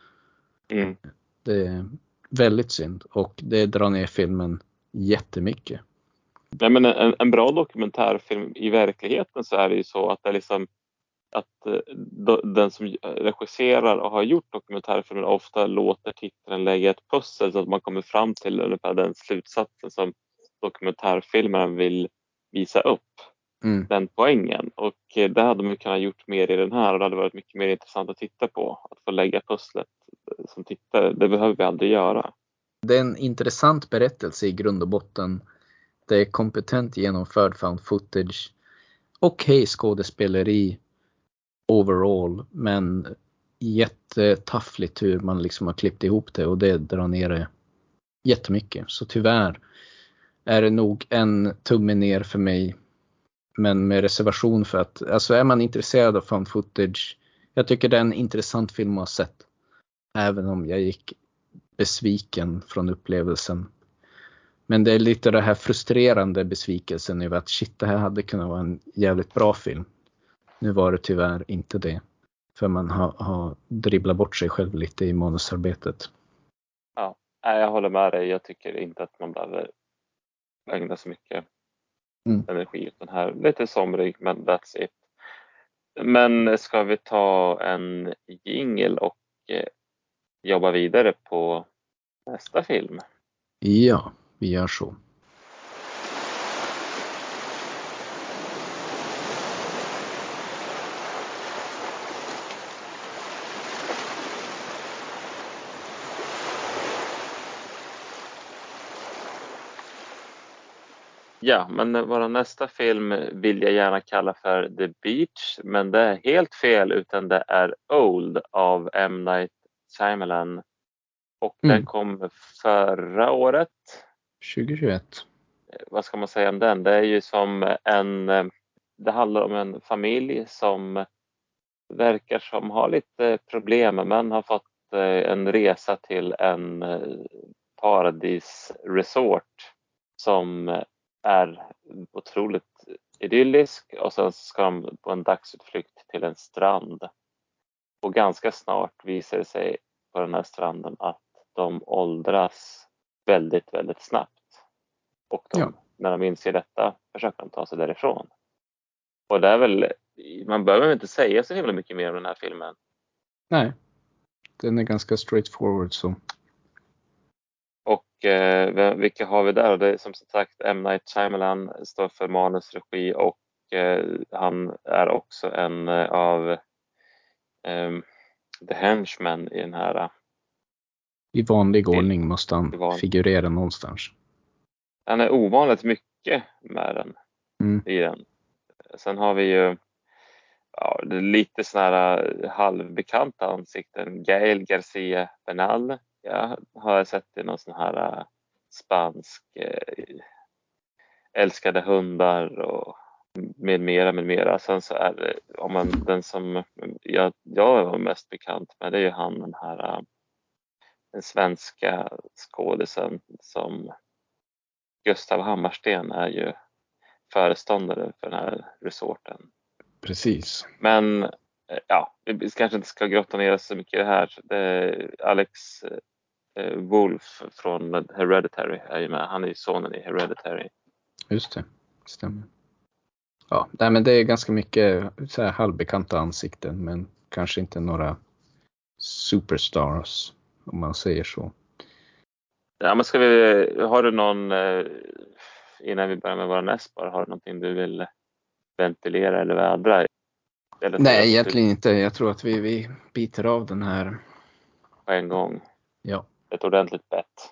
Mm. Det är väldigt synd och det drar ner filmen jättemycket. Nej, men en, en bra dokumentärfilm i verkligheten så är det ju så att det är liksom att uh, den som regisserar och har gjort dokumentärfilmer ofta låter tittaren lägga ett pussel så att man kommer fram till ungefär den slutsatsen som dokumentärfilmaren vill visa upp. Mm. Den poängen. Och uh, det hade man kunnat gjort mer i den här, och det hade varit mycket mer intressant att titta på. Att få lägga pusslet som tittare, det behöver vi aldrig göra. Det är en intressant berättelse i grund och botten. Det är kompetent genomförd found footage. Okej okay, skådespeleri overall, men jättetaffligt hur man liksom har klippt ihop det, och det drar ner det jättemycket. Så tyvärr är det nog en tumme ner för mig, men med reservation för att, alltså är man intresserad av found footage, jag tycker det är en intressant film att ha sett, även om jag gick besviken från upplevelsen. Men det är lite det här frustrerande besvikelsen över att shit, det här hade kunnat vara en jävligt bra film. Nu var det tyvärr inte det. För man har, har dribblat bort sig själv lite i manusarbetet. Ja, jag håller med dig. Jag tycker inte att man behöver ägna så mycket mm. energi åt den här. Lite somrig, men that's it. Men ska vi ta en jingle och eh, jobba vidare på nästa film? Ja, vi gör så. Ja, men vår nästa film vill jag gärna kalla för The Beach, men det är helt fel, utan det är Old av M. Night Shyamalan. Och mm. den kom förra året. tjugohundratjugoett. Vad ska man säga om den? Det är ju som en, det handlar om en familj som verkar som har lite problem, men har fått en resa till en paradisresort som är otroligt idyllisk, och sen ska de på en dagsutflykt till en strand. Och ganska snart visar det sig på den här stranden att de åldras väldigt, väldigt snabbt. Och de, ja. när de inser detta försöker de ta sig därifrån. Och det är väl, man behöver inte säga så himla mycket mer om den här filmen. Nej, den är ganska straightforward så. Och eh, vilka har vi där? Det är som sagt M. Night Shyamalan, står för manusregi, och eh, han är också en eh, av eh, The Henchmen i den här. I vanlig ordning måste han van... figurera någonstans. Han är ovanligt mycket med den. Mm. I den. Sen har vi ju ja, det är lite sådana här halvbekanta ansikten. Gael Garcia Bernal. Jag har sett i någon sån här uh, spansk uh, älskade hundar och med mera med mera. Sen så är det, om man, den som jag, jag var mest bekant med, det är ju han, den här den svenska skådisen som Gustav Hammarsten är ju föreståndare för den här resorten. Precis. Men ja, vi kanske inte ska grotta ner så mycket i det här. Det är Alex eh, Wolff från Hereditary är ju med. Han är ju sonen i Hereditary. Just det, stämmer. Ja, nej, men det är ganska mycket så här halvbekanta ansikten, men kanske inte några superstars, om man säger så. Ja, men ska vi, har du någon, eh, innan vi börjar med våra nästbar, har du någonting du vill ventilera eller vädra? Eller Nej, egentligen inte. Jag tror att vi, vi biter av den här på en gång. Ja. Ett ordentligt bett.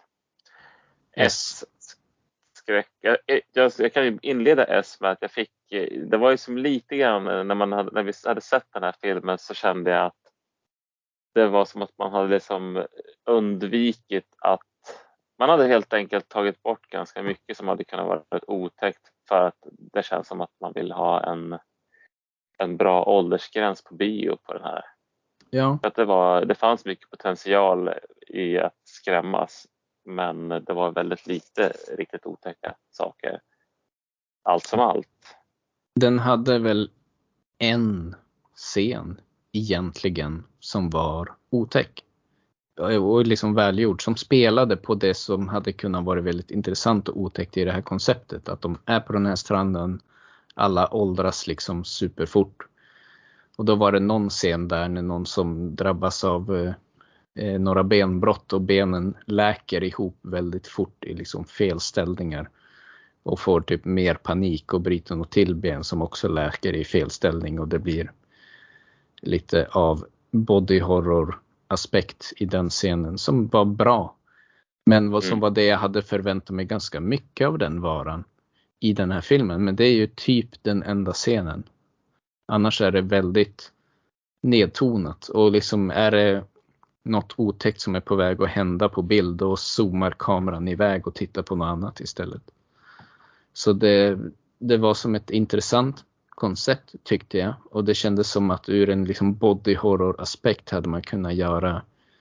S. Skräck. Jag, jag, jag kan ju inleda S med att jag fick, det var ju som lite grann när man hade, när vi hade sett den här filmen, så kände jag att det var som att man hade liksom undvikit att, man hade helt enkelt tagit bort ganska mycket som hade kunnat vara otäckt, för att det känns som att man vill ha en en bra åldersgräns på bio på den här. Ja. För att det var, det fanns mycket potential i att skrämmas, men det var väldigt lite riktigt otäcka saker. Allt som allt. Den hade väl en scen egentligen som var otäck. Och liksom välgjord, som spelade på det som hade kunnat vara väldigt intressant och otäckt i det här konceptet. Att de är på den här stranden, alla åldras liksom superfort. Och då var det någon scen där när någon som drabbas av eh, några benbrott och benen läker ihop väldigt fort i liksom felställningar. Och får typ mer panik och bryter något till ben som också läker i felställning. Och det blir lite av body horror aspekt i den scenen som var bra. Men vad som Mm. var det jag hade förväntat mig ganska mycket av den varan i den här filmen. Men det är ju typ den enda scenen. Annars är det väldigt nedtonat. Och liksom är det något otäckt som är på väg att hända på bild, och zoomar kameran iväg och tittar på något annat istället. Så det, det var som ett intressant koncept, tyckte jag. Och det kändes som att ur en liksom body horror aspekt hade man kunnat göra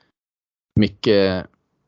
mycket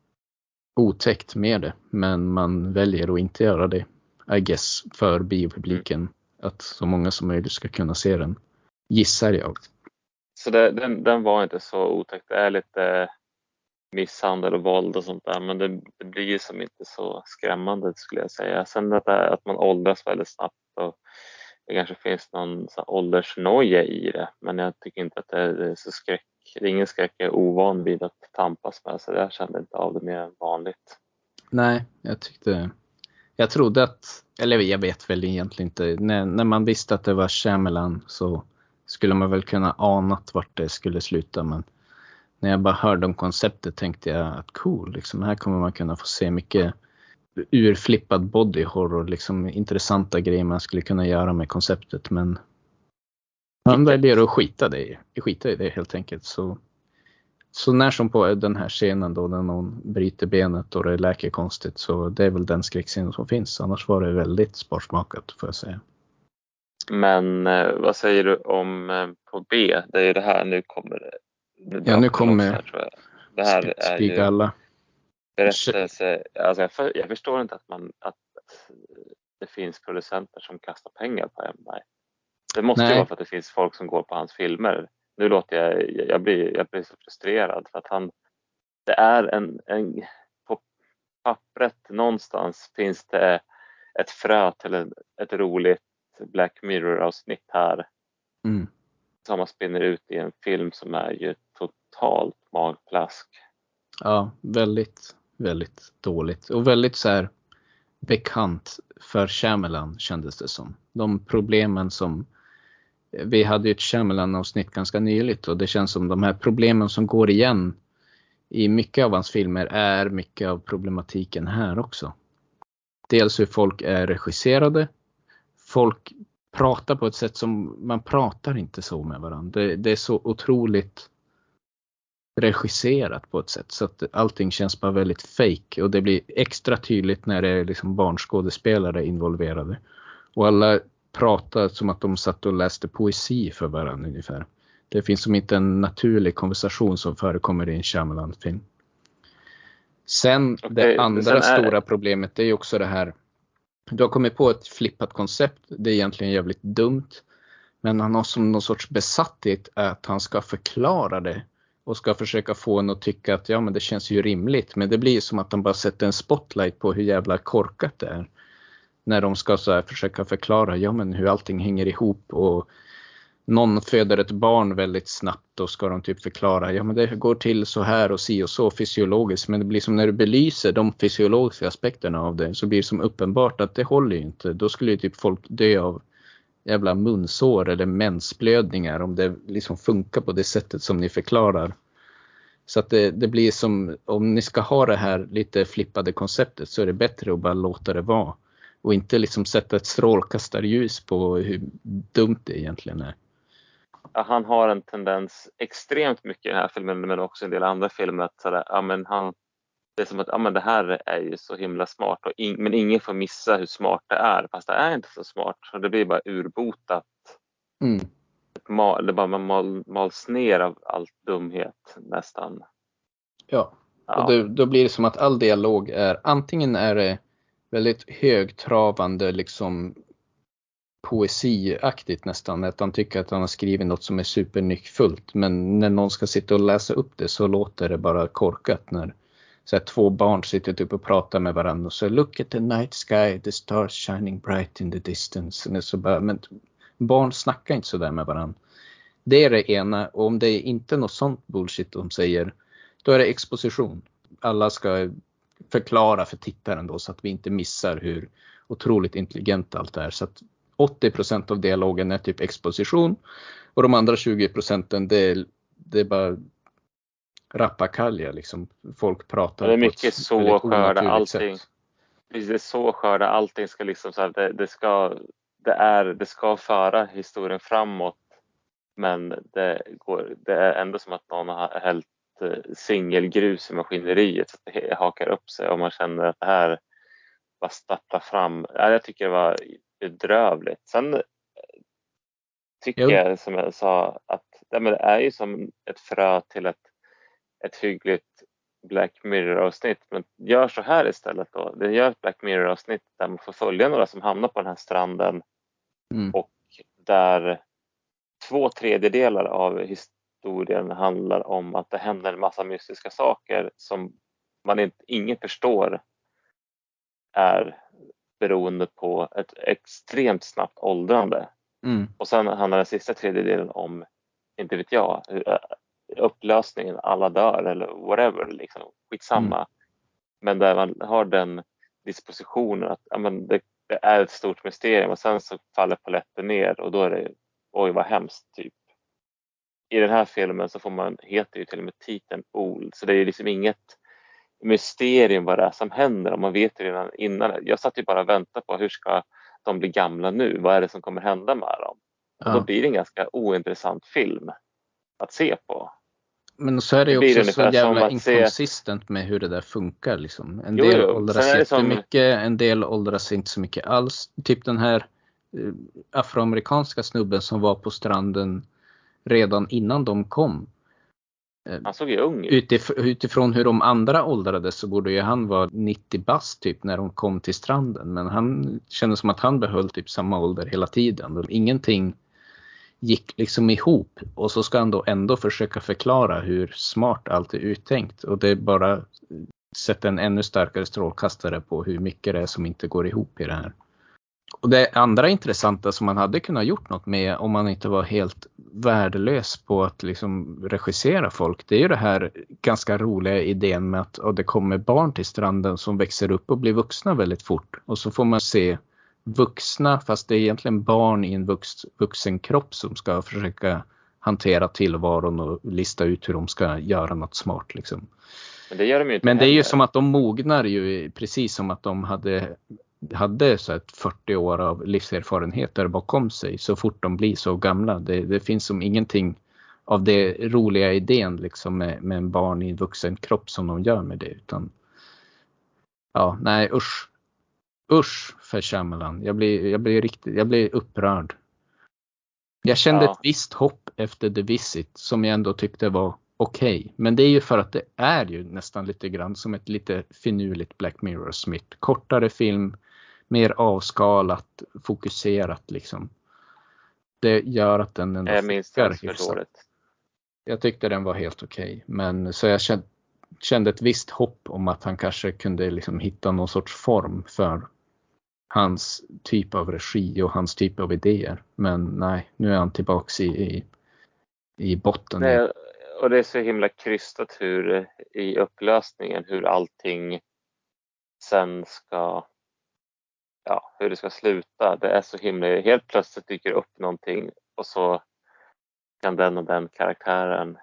otäckt med det. Men man väljer att inte göra det, I guess, för biopubliken. Att så många som möjligt ska kunna se den, gissar jag. Så det, den, den var inte så otäckt. Det är lite misshandel och våld och sånt där, men det, det blir ju som inte så skrämmande, skulle jag säga. Sen att, det, att man åldras väldigt snabbt, och det kanske finns någon så här åldersnoja i det, men jag tycker inte att det är, det är så skräck. Det är ingen skräck jag är ovan vid att tampas med, så jag kände inte av det mer än vanligt. Nej, jag tyckte, jag trodde att, eller jag vet väl egentligen inte, när, när man visste att det var Shyamalan så skulle man väl kunna ana vart det skulle sluta, men när jag bara hörde om konceptet tänkte jag att cool, liksom, här kommer man kunna få se mycket urflippad body horror, liksom intressanta grejer man skulle kunna göra med konceptet, men man väljer att skita, det, skita i det helt enkelt. Så, så när som på den här scenen då när någon bryter benet och det läker konstigt, så det är väl den skräckscenen som finns. Annars var det väldigt sparsmakat, får jag säga. Men eh, vad säger du om eh, på B? Det är ju det här, nu kommer det. Nu ja, nu kommer här, tror jag. Det här är ju alla. berättelse. Alltså jag, för, jag förstår inte att, man, att det finns producenter som kastar pengar på M. Night. Det måste Nej. ju vara för att det finns folk som går på hans filmer. Nu låter jag, jag blir, jag blir så frustrerad för att han, det är en, en på pappret någonstans finns det ett frö till en, ett roligt Black Mirror-avsnitt här. Mm. Som man spinner ut i en film som är ju totalt magplask. Ja, väldigt, väldigt dåligt. Och väldigt så här bekant för Shyamalan, kändes det som. De problemen som, vi hade ju ett Shyamalan-avsnitt ganska nyligt, och det känns som de här problemen som går igen i mycket av hans filmer är mycket av problematiken här också. Dels hur folk är regisserade. Folk pratar på ett sätt som man pratar inte så med varandra. Det, det är så otroligt regisserat på ett sätt så att allting känns bara väldigt fake, och det blir extra tydligt när det är liksom barnskådespelare involverade. Och alla pratar som att de satt och läste poesi för varandra ungefär. Det finns som inte en naturlig konversation som förekommer i en Shyamalan-film. Sen okay, det andra sen är... stora problemet är ju också det här. Du har kommit på ett flippat koncept. Det är egentligen jävligt dumt. Men han har som någon sorts besatthet att han ska förklara det. Och ska försöka få en att tycka att ja, men det känns ju rimligt. Men det blir som att de bara sätter en spotlight på hur jävla korkat det är. När de ska så här försöka förklara ja, men hur allting hänger ihop. Och någon föder ett barn väldigt snabbt. Då ska de typ förklara ja, men det går till så här och si och så fysiologiskt. Men det blir som när du belyser de fysiologiska aspekterna av det. Så blir det som uppenbart att det håller ju inte. Då skulle ju typ folk dö av jävla munsår eller mensblödningar om det liksom funkar på det sättet som ni förklarar. Så att det, det blir som om ni ska ha det här lite flippade konceptet så är det bättre att bara låta det vara och inte liksom sätta ett strålkastarljus på hur dumt det egentligen är. Ja, han har en tendens extremt mycket i den här filmen men också en del andra filmer att sådär, ja, men han, det är som att ja, men det här är ju så himla smart och in, men ingen får missa hur smart det är fast det är inte så smart så det blir bara urbotat. Mm. Mal, det bara man mal, mals ner av allt dumhet nästan. Ja, ja. och då, då blir det som att all dialog är antingen är det väldigt högtravande liksom poesiaktigt nästan att han tycker att han har skrivit något som är supernyckfullt men när någon ska sitta och läsa upp det så låter det bara korkat när så här, två barn sitter typ och pratar med varandra och så look at the night sky, the stars shining bright in the distance. Så bara, men barn snackar inte så där med varandra. Det är det ena och om det är inte något sånt bullshit de säger då är det exposition. Alla ska förklara för tittaren då så att vi inte missar hur otroligt intelligent allt är. Så att åttio procent av dialogen är typ exposition och de andra tjugo procenten det är, det är bara rappakalja liksom. Folk pratar det är på mycket ett så väldigt skörda onaturligt allting. sätt. Det är så skörda allting ska liksom så här, det, det ska det är det ska föra historien framåt men det går det är ändå som att någon har hällt singelgrus i maskineriet så att det hakar upp sig och man känner att det här bara startar fram. Jag tycker det var bedrövligt. Sen tycker Jo. jag som jag sa att ja, men det är ju som ett frö till ett, ett hyggligt Black Mirror-avsnitt. Men gör så här istället då. Det gör ett Black Mirror-avsnitt där man får följa några som hamnar på den här stranden Mm. och där två tredjedelar av historien handlar om att det händer en massa mystiska saker som man inte, ingen förstår är beroende på ett extremt snabbt åldrande. Mm. Och sen handlar den sista tredjedelen om, inte vet jag, upplösningen, alla dör eller whatever, liksom, skitsamma. Mm. Men där man har den dispositionen att ja, men det, det är ett stort mysterium och sen så faller paletten ner och då är det, oj vad hemskt typ. I den här filmen så får man, heter ju till och med titeln Old, så det är liksom inget mysterium vad det är som händer och man vet ju redan innan. Jag satt ju bara och väntade på hur ska de bli gamla nu, vad är det som kommer hända med dem? Och då blir det en ganska ointressant film att se på. Men så är det ju det också så jävla inconsistent se... med hur det där funkar liksom. En jo, del jo. åldras jättemycket, som... en del åldras inte så mycket alls. Typ den här uh, afroamerikanska snubben som var på stranden redan innan de kom. Han såg ju ung ut. Utif- utifrån hur de andra åldrades så borde ju han vara nittio bast typ när de kom till stranden. Men han kände som att han behöll typ samma ålder hela tiden. Ingenting gick liksom ihop och så ska han då ändå försöka förklara hur smart allt är uttänkt och det är bara sätta en ännu starkare strålkastare på hur mycket det är som inte går ihop i det här. Och det andra intressanta som man hade kunnat gjort något med om man inte var helt värdelös på att liksom regissera folk, det är ju det här ganska roliga idén med att och det kommer barn till stranden som växer upp och blir vuxna väldigt fort och så får man se vuxna, fast det är egentligen barn i en vux, vuxen kropp som ska försöka hantera tillvaron och lista ut hur de ska göra något smart liksom. Men det gör de ju inte Men det är heller. ju som att de mognar ju precis som att de hade hade så ett fyrtio år av livserfarenheter bakom sig så fort de blir så gamla. Det, det finns som ingenting av det roliga idén liksom med, med en barn i en vuxen kropp som de gör med det utan ja, nej usch. Usch för Shyamalan. Jag blir, jag blir riktigt, jag blir upprörd. Jag kände ja. ett visst hopp efter The Visit som jag ändå tyckte var okej. Okay. Men det är ju för att det är ju nästan lite grann som ett lite finurligt Black Mirror-smitt. Kortare film, mer avskalat, fokuserat liksom. Det gör att den ändå Jag minns det för dåligt. Jag tyckte den var helt okej. Okay. Men så jag kände, kände ett visst hopp om att han kanske kunde liksom hitta någon sorts form för hans typ av regi och hans typ av idéer. Men nej, nu är han tillbaks i, i, i botten. Nej, och det är så himla krystat hur i upplösningen hur allting sen ska, ja, hur det ska sluta. Det är så himla, helt plötsligt dyker upp någonting och så kan den och den karaktären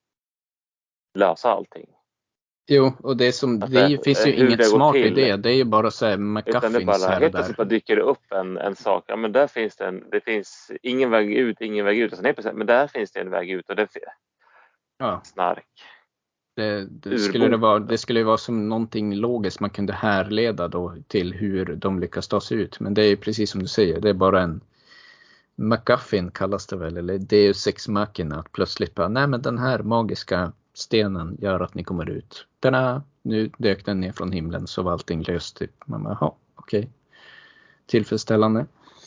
lösa allting. Jo, och det, är som, det, det, det finns ju inget smart i det. Det är ju bara så här McGuffins här och helt där. plötsligt bara dyker det upp en, en sak. Ja, men där finns det en, det finns ingen väg ut, ingen väg ut. Och sen helt plötsligt, men där finns det en väg ut och det är ja. snark. Det, det, skulle det, vara, det skulle vara som någonting logiskt man kunde härleda då till hur de lyckas ta sig ut. Men det är precis som du säger, det är bara en MacGuffin kallas det väl, eller Deus Ex Machina, att plötsligt bara, nej men den här magiska stenen gör att ni kommer ut. Denna, nu dök den ner från himlen så var allting löst typ. Man bara, jaha, okej. Okay. Tillfredsställande.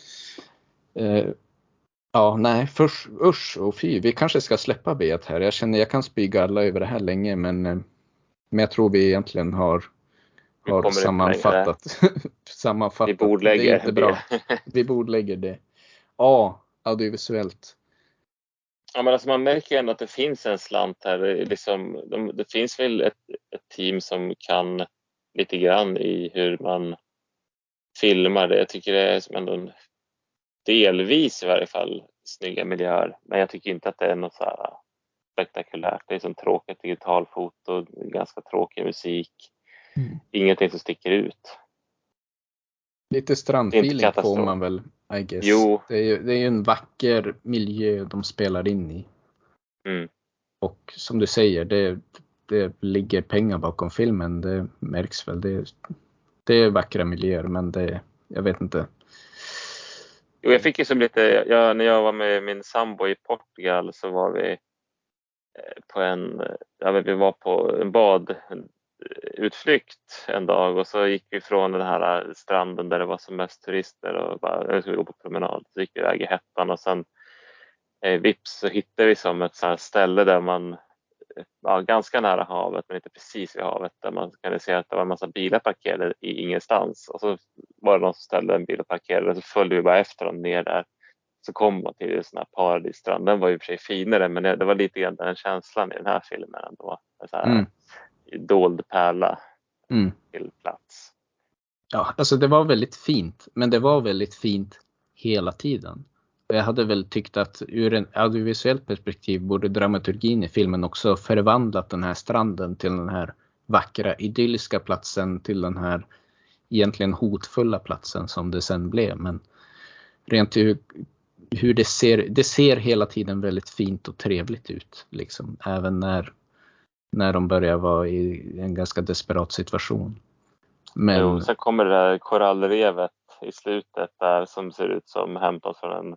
Eh, ja, nej, först, usch och fy, vi kanske ska släppa bet här. Jag känner jag kan spyga alla över det här länge, men, men jag tror vi egentligen har, har sammanfattat. sammanfattat. Vi bordlägger det är inte bra. Vi bordlägger det. Ja, audiovisuellt. Ja, men alltså man märker ändå att det finns en slant här. Liksom, de, det finns väl ett, ett team som kan lite grann i hur man filmar det. Jag tycker det är som ändå en, delvis i varje fall snygga miljöer. Men jag tycker inte att det är något så här spektakulärt. Det är som tråkigt digitalfoto, ganska tråkig musik. Mm. Ingenting som sticker ut. Lite strandfeeling får man väl, I guess. Jo. Det är ju det är ju en vacker miljö de spelar in i. Mm. Och som du säger, det, det ligger pengar bakom filmen. Det märks väl. Det, det är vackra miljöer, men det, jag vet inte. Jo, jag fick ju som lite, jag, när jag var med min sambo i Portugal så var vi på en, ja, vi var på en badutflykt en dag och så gick vi från den här stranden där det var som mest turister och bara, nu ska vi gå på promenad. Så gick vi iväg i hettan och sen eh, vips så hittade vi som ett så här ställe där man, ja, ganska nära havet men inte precis vid havet, där man kan se att det var en massa bilar parkerade i ingenstans och så var det någon som ställde en bil och parkerade och så följde vi bara efter dem ner där. Så kom man till en sån här paradisstrand. Den var ju för sig finare, men det var lite grann den känslan i den här filmen ändå. En så här mm. dold pärla mm. till plats. Ja, alltså det var väldigt fint, men det var väldigt fint hela tiden. Jag hade väl tyckt att ur en audiovisuellt perspektiv borde dramaturgin i filmen också förvandlat den här stranden till den här vackra idylliska platsen till den här egentligen hotfulla platsen som det sen blev. Men rent hur, hur det ser, det ser hela tiden väldigt fint och trevligt ut. Liksom. Även när, när de börjar vara i en ganska desperat situation. Men... Jo, sen kommer det där korallrevet i slutet där som ser ut som hämtat från en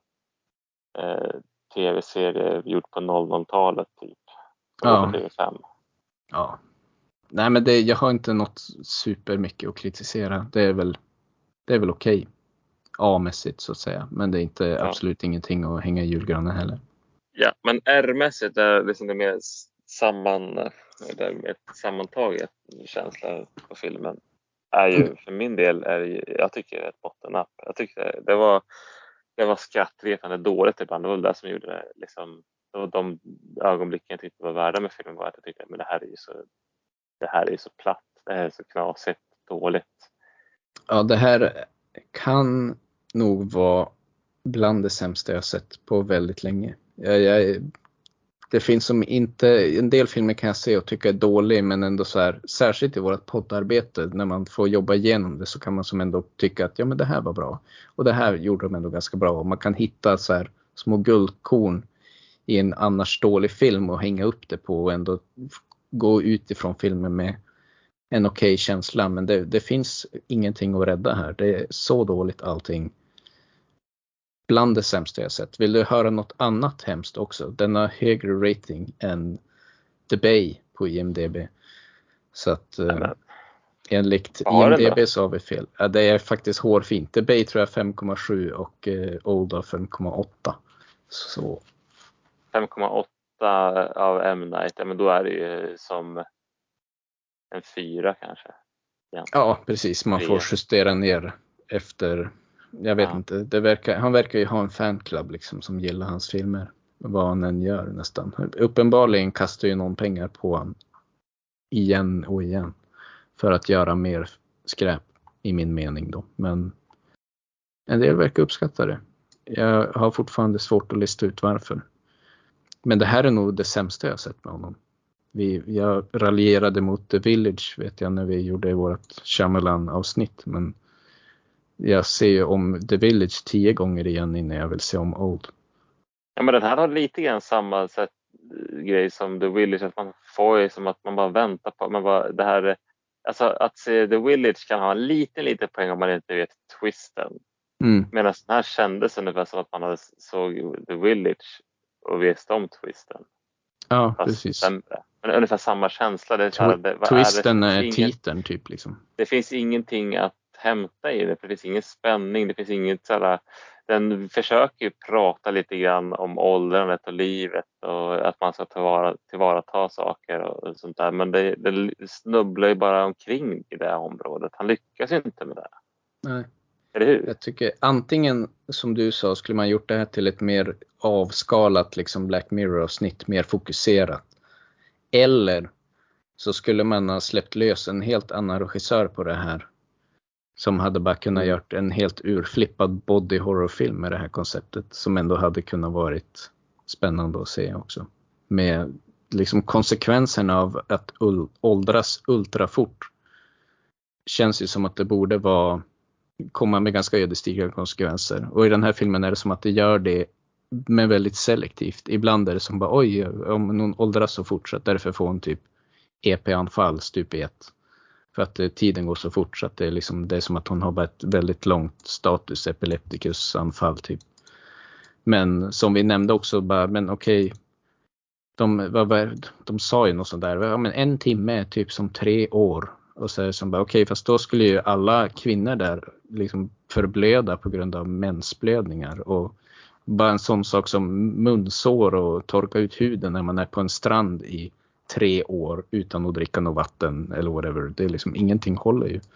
eh, tv-serie gjord på noll noll-talet typ. Ja. T V fem. Ja. Nej, men det, jag har inte något super mycket att kritisera. Det är väl, det är väl okej. A-mässigt så att säga. Men det är inte ja. absolut ingenting att hänga i julgranen heller. Ja, men R-mässigt är liksom det mer samman, ett sammantaget känsla på filmen. Är ju, för min del är det, jag tycker det är ett bottennapp. Jag tycker det, det var det var skrattretande dåligt ibland. Det var det som gjorde det liksom, det var de ögonblicken jag tyckte var värda med filmen var att jag tyckte men det här är ju så det här är ju så platt, det här är så knasigt dåligt. Ja, det här kan nog vara bland det sämsta jag sett på väldigt länge. Jag, jag, det finns som inte, en del filmer kan jag se och tycka är dålig, men ändå så här, särskilt i vårt poddarbete, när man får jobba igenom det så kan man som ändå tycka att ja men det här var bra. Och det här gjorde de ändå ganska bra. Och man kan hitta så här små guldkorn i en annars dålig film och hänga upp det på och ändå gå utifrån filmen med en okej okay känsla. Men det, det finns ingenting att rädda här. Det är så dåligt allting. Bland det sämsta jag sett. Vill du höra något annat hemskt också? Den har högre rating än The Bay på I M D B. Så att eh, enligt Vad har den I M D B då? så har vi fel. Ja, det är faktiskt hårfint. The Bay tror jag fem komma sju och eh, Old har fem komma åtta. Så fem komma åtta av M. Night, ja, men då är det ju som en fyra kanske. Ja, ja, precis. Man får Tre. justera ner efter. Jag vet Ja. inte. Det verkar, han verkar ju ha en fanclub liksom, som gillar hans filmer. Vad han än gör nästan. Uppenbarligen kastar ju någon pengar på honom igen och igen. För att göra mer skräp i min mening då. Men en del verkar uppskatta det. Jag har fortfarande svårt att lista ut varför. Men det här är nog det sämsta jag sett med honom. Vi, jag raljerade mot The Village vet jag när vi gjorde vårt Shyamalan-avsnitt. Men jag ser ju om The Village tio gånger igen innan jag vill se om Old. Ja, men den här har lite grann samma sätt, grej som The Village. Att man får ju som att man bara väntar på. Man bara, det här, alltså att se The Village kan ha en liten, liten poäng om man inte vet twisten. Mm. Medan den här kändes ungefär som att man hade såg The Village och visste om twisten. Ja, Fast precis. sämre. Men ungefär samma känsla. Det är så här, det, vad Twisten är, det? är Ingen, titeln typ liksom. det finns ingenting att hämta i det. Det finns ingen spänning. Det finns inget sådär. Den försöker ju prata lite grann om åldrandet och livet och att man ska tillvara, tillvarata saker och sånt där. Men det, det snubblar ju bara omkring i det här området. Han lyckas ju inte med det. Nej. Eller hur? Jag tycker antingen som du sa skulle man gjort det här till ett mer avskalat liksom Black Mirror-avsnitt, mer fokuserat. Eller så skulle man ha släppt lös en helt annan regissör på det här. Som hade bara kunnat Mm. gjort en helt urflippad body horror-film med det här konceptet. Som ändå hade kunnat varit spännande att se också. Med liksom konsekvenserna av att åldras ultrafort. Känns ju som att det borde vara komma med ganska ödesdigra konsekvenser. Och i den här filmen är det som att det gör det men väldigt selektivt. Ibland är det som bara oj, om någon åldras så fort så därför får hon typ E P-anfall stup i ett. För att eh, tiden går så fort så att det är, liksom, det är som att hon har bara ett väldigt långt status epileptikusanfall typ. Men som vi nämnde också bara, men okej, de, vad, vad, de sa ju något sånt där, ja, men en timme är typ som tre år. Och så är det som bara, okej, fast då skulle ju alla kvinnor där liksom förblöda på grund av mensblödningar. Och bara en sån sak som munsår och torka ut huden när man är på en strand i tre år utan att dricka något vatten eller whatever. Det är liksom, ingenting håller ju.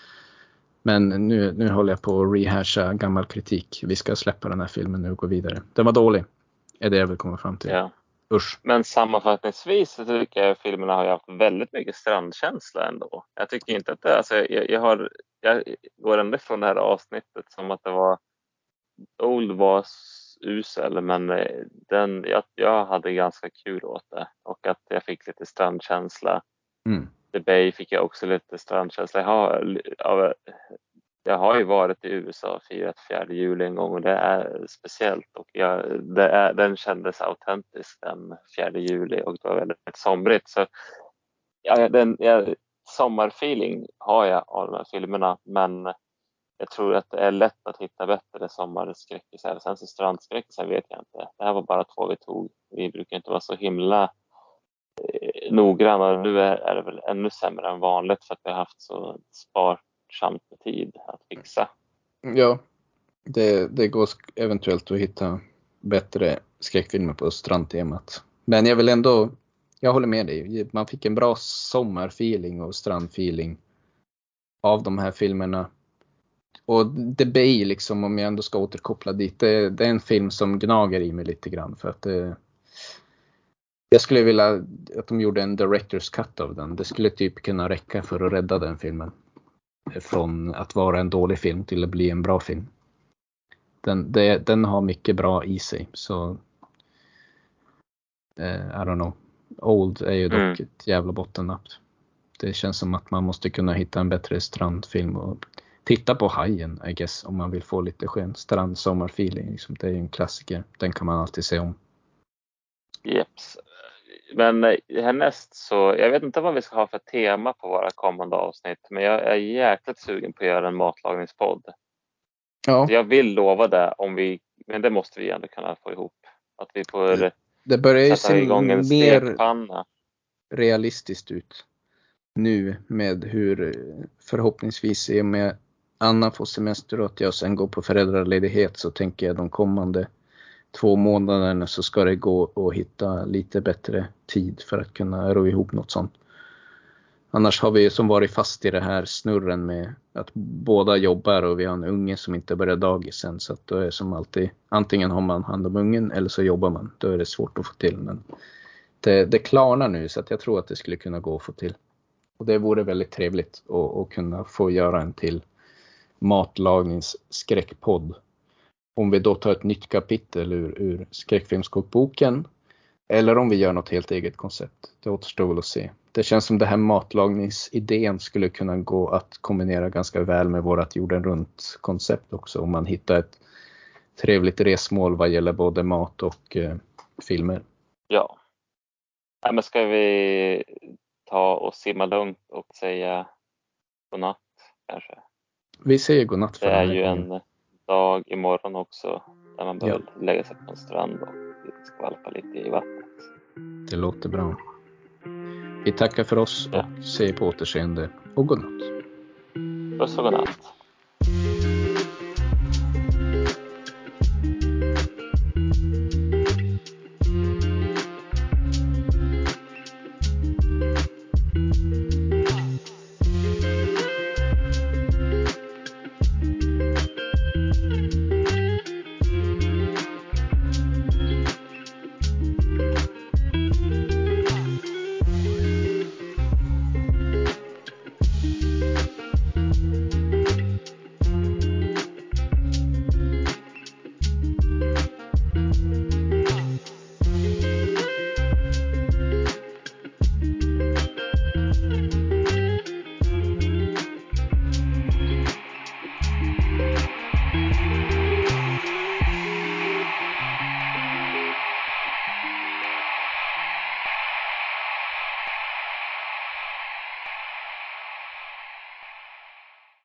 Men nu, nu håller jag på att rehasha gammal kritik. Vi ska släppa den här filmen nu och gå vidare. Den var dålig, är det jag vill komma fram till. Ja. Usch. Men sammanfattningsvis så tycker jag att filmerna har haft väldigt mycket strandkänsla ändå. Jag tycker inte att det, alltså jag, jag har, jag går ändå från det här avsnittet som att det var, Old var usel, men den, jag, jag hade ganska kul åt det. Och att jag fick lite strandkänsla. Mm. The Bay fick jag också lite strandkänsla. Jag har, av, jag har ju varit i U S A och firat fjärde juli en gång och det är speciellt och jag, det är, den kändes autentisk den fjärde juli och det var väldigt somrigt. Så ja, den, ja, sommarfeeling har jag av de här filmerna, men jag tror att det är lätt att hitta bättre sommarskräckisar. Sen så strandskräckisar vet jag inte. Det här var bara två vi tog. Vi brukar inte vara så himla eh, noggranna. Nu är, är det väl ännu sämre än vanligt för att vi har haft så sparsamt med tid att fixa. Ja, det, det går eventuellt att hitta bättre skräckfilmer på strandtemat. Men jag vill ändå, jag håller med dig. Man fick en bra sommarfeeling och strandfeeling av de här filmerna. Och The Bay, liksom, om jag ändå ska återkoppla dit, det, det är en film som gnager i mig lite grann. För att det, jag skulle vilja att de gjorde en director's cut av den. Det skulle typ kunna räcka för att rädda den filmen. Från att vara en dålig film till att bli en bra film. Den, det, den har mycket bra i sig. Så eh, I don't know. Old är ju dock Mm. ett jävla bottennapp. Det känns som att man måste kunna hitta en bättre strandfilm och titta på Hajen, I guess, om man vill få lite skön strand sommarfeeling. Liksom. Det är ju en klassiker. Den kan man alltid se om. Jeps. Men härnäst så, jag vet inte vad vi ska ha för tema på våra kommande avsnitt, men jag är jäkligt sugen på att göra en matlagningspodd. Ja. Så jag vill lova det, om vi, men det måste vi ändå kunna få ihop. Att vi får Det börjar ju sätta se igång en mer, stekpanna. realistiskt ut nu med hur förhoppningsvis är med Anna får semester och att jag sen går på föräldraledighet, så tänker jag de kommande två månaderna så ska det gå att hitta lite bättre tid för att kunna ro ihop något sånt. Annars har vi som varit fast i det här snurren med att båda jobbar och vi har en unge som inte börjar dagis än, så att då är det som alltid, antingen har man hand om ungen eller så jobbar man. Då är det svårt att få till, men det, det klarnar nu, så att jag tror att det skulle kunna gå att få till. Och det vore väldigt trevligt att, att kunna få göra en till matlagningsskräckpodd. Om vi då tar ett nytt kapitel ur, ur skräckfilmskokboken eller om vi gör något helt eget koncept. Det återstår väl att se. Det känns som det här matlagningsidén skulle kunna gå att kombinera ganska väl med vårat jorden runt koncept också. Om man hittar ett trevligt resmål vad gäller både mat och eh, filmer. Ja. ja. Men ska vi ta och simma lugnt och säga godnatt kanske? Vi säger godnatt för det är den här ju gången. En dag imorgon också där man behöver Ja. lägga sig på en strand och skvalpa lite i vattnet. Det låter bra. Vi tackar för oss och Ja. säger på återseende och godnatt. Puss och godnatt.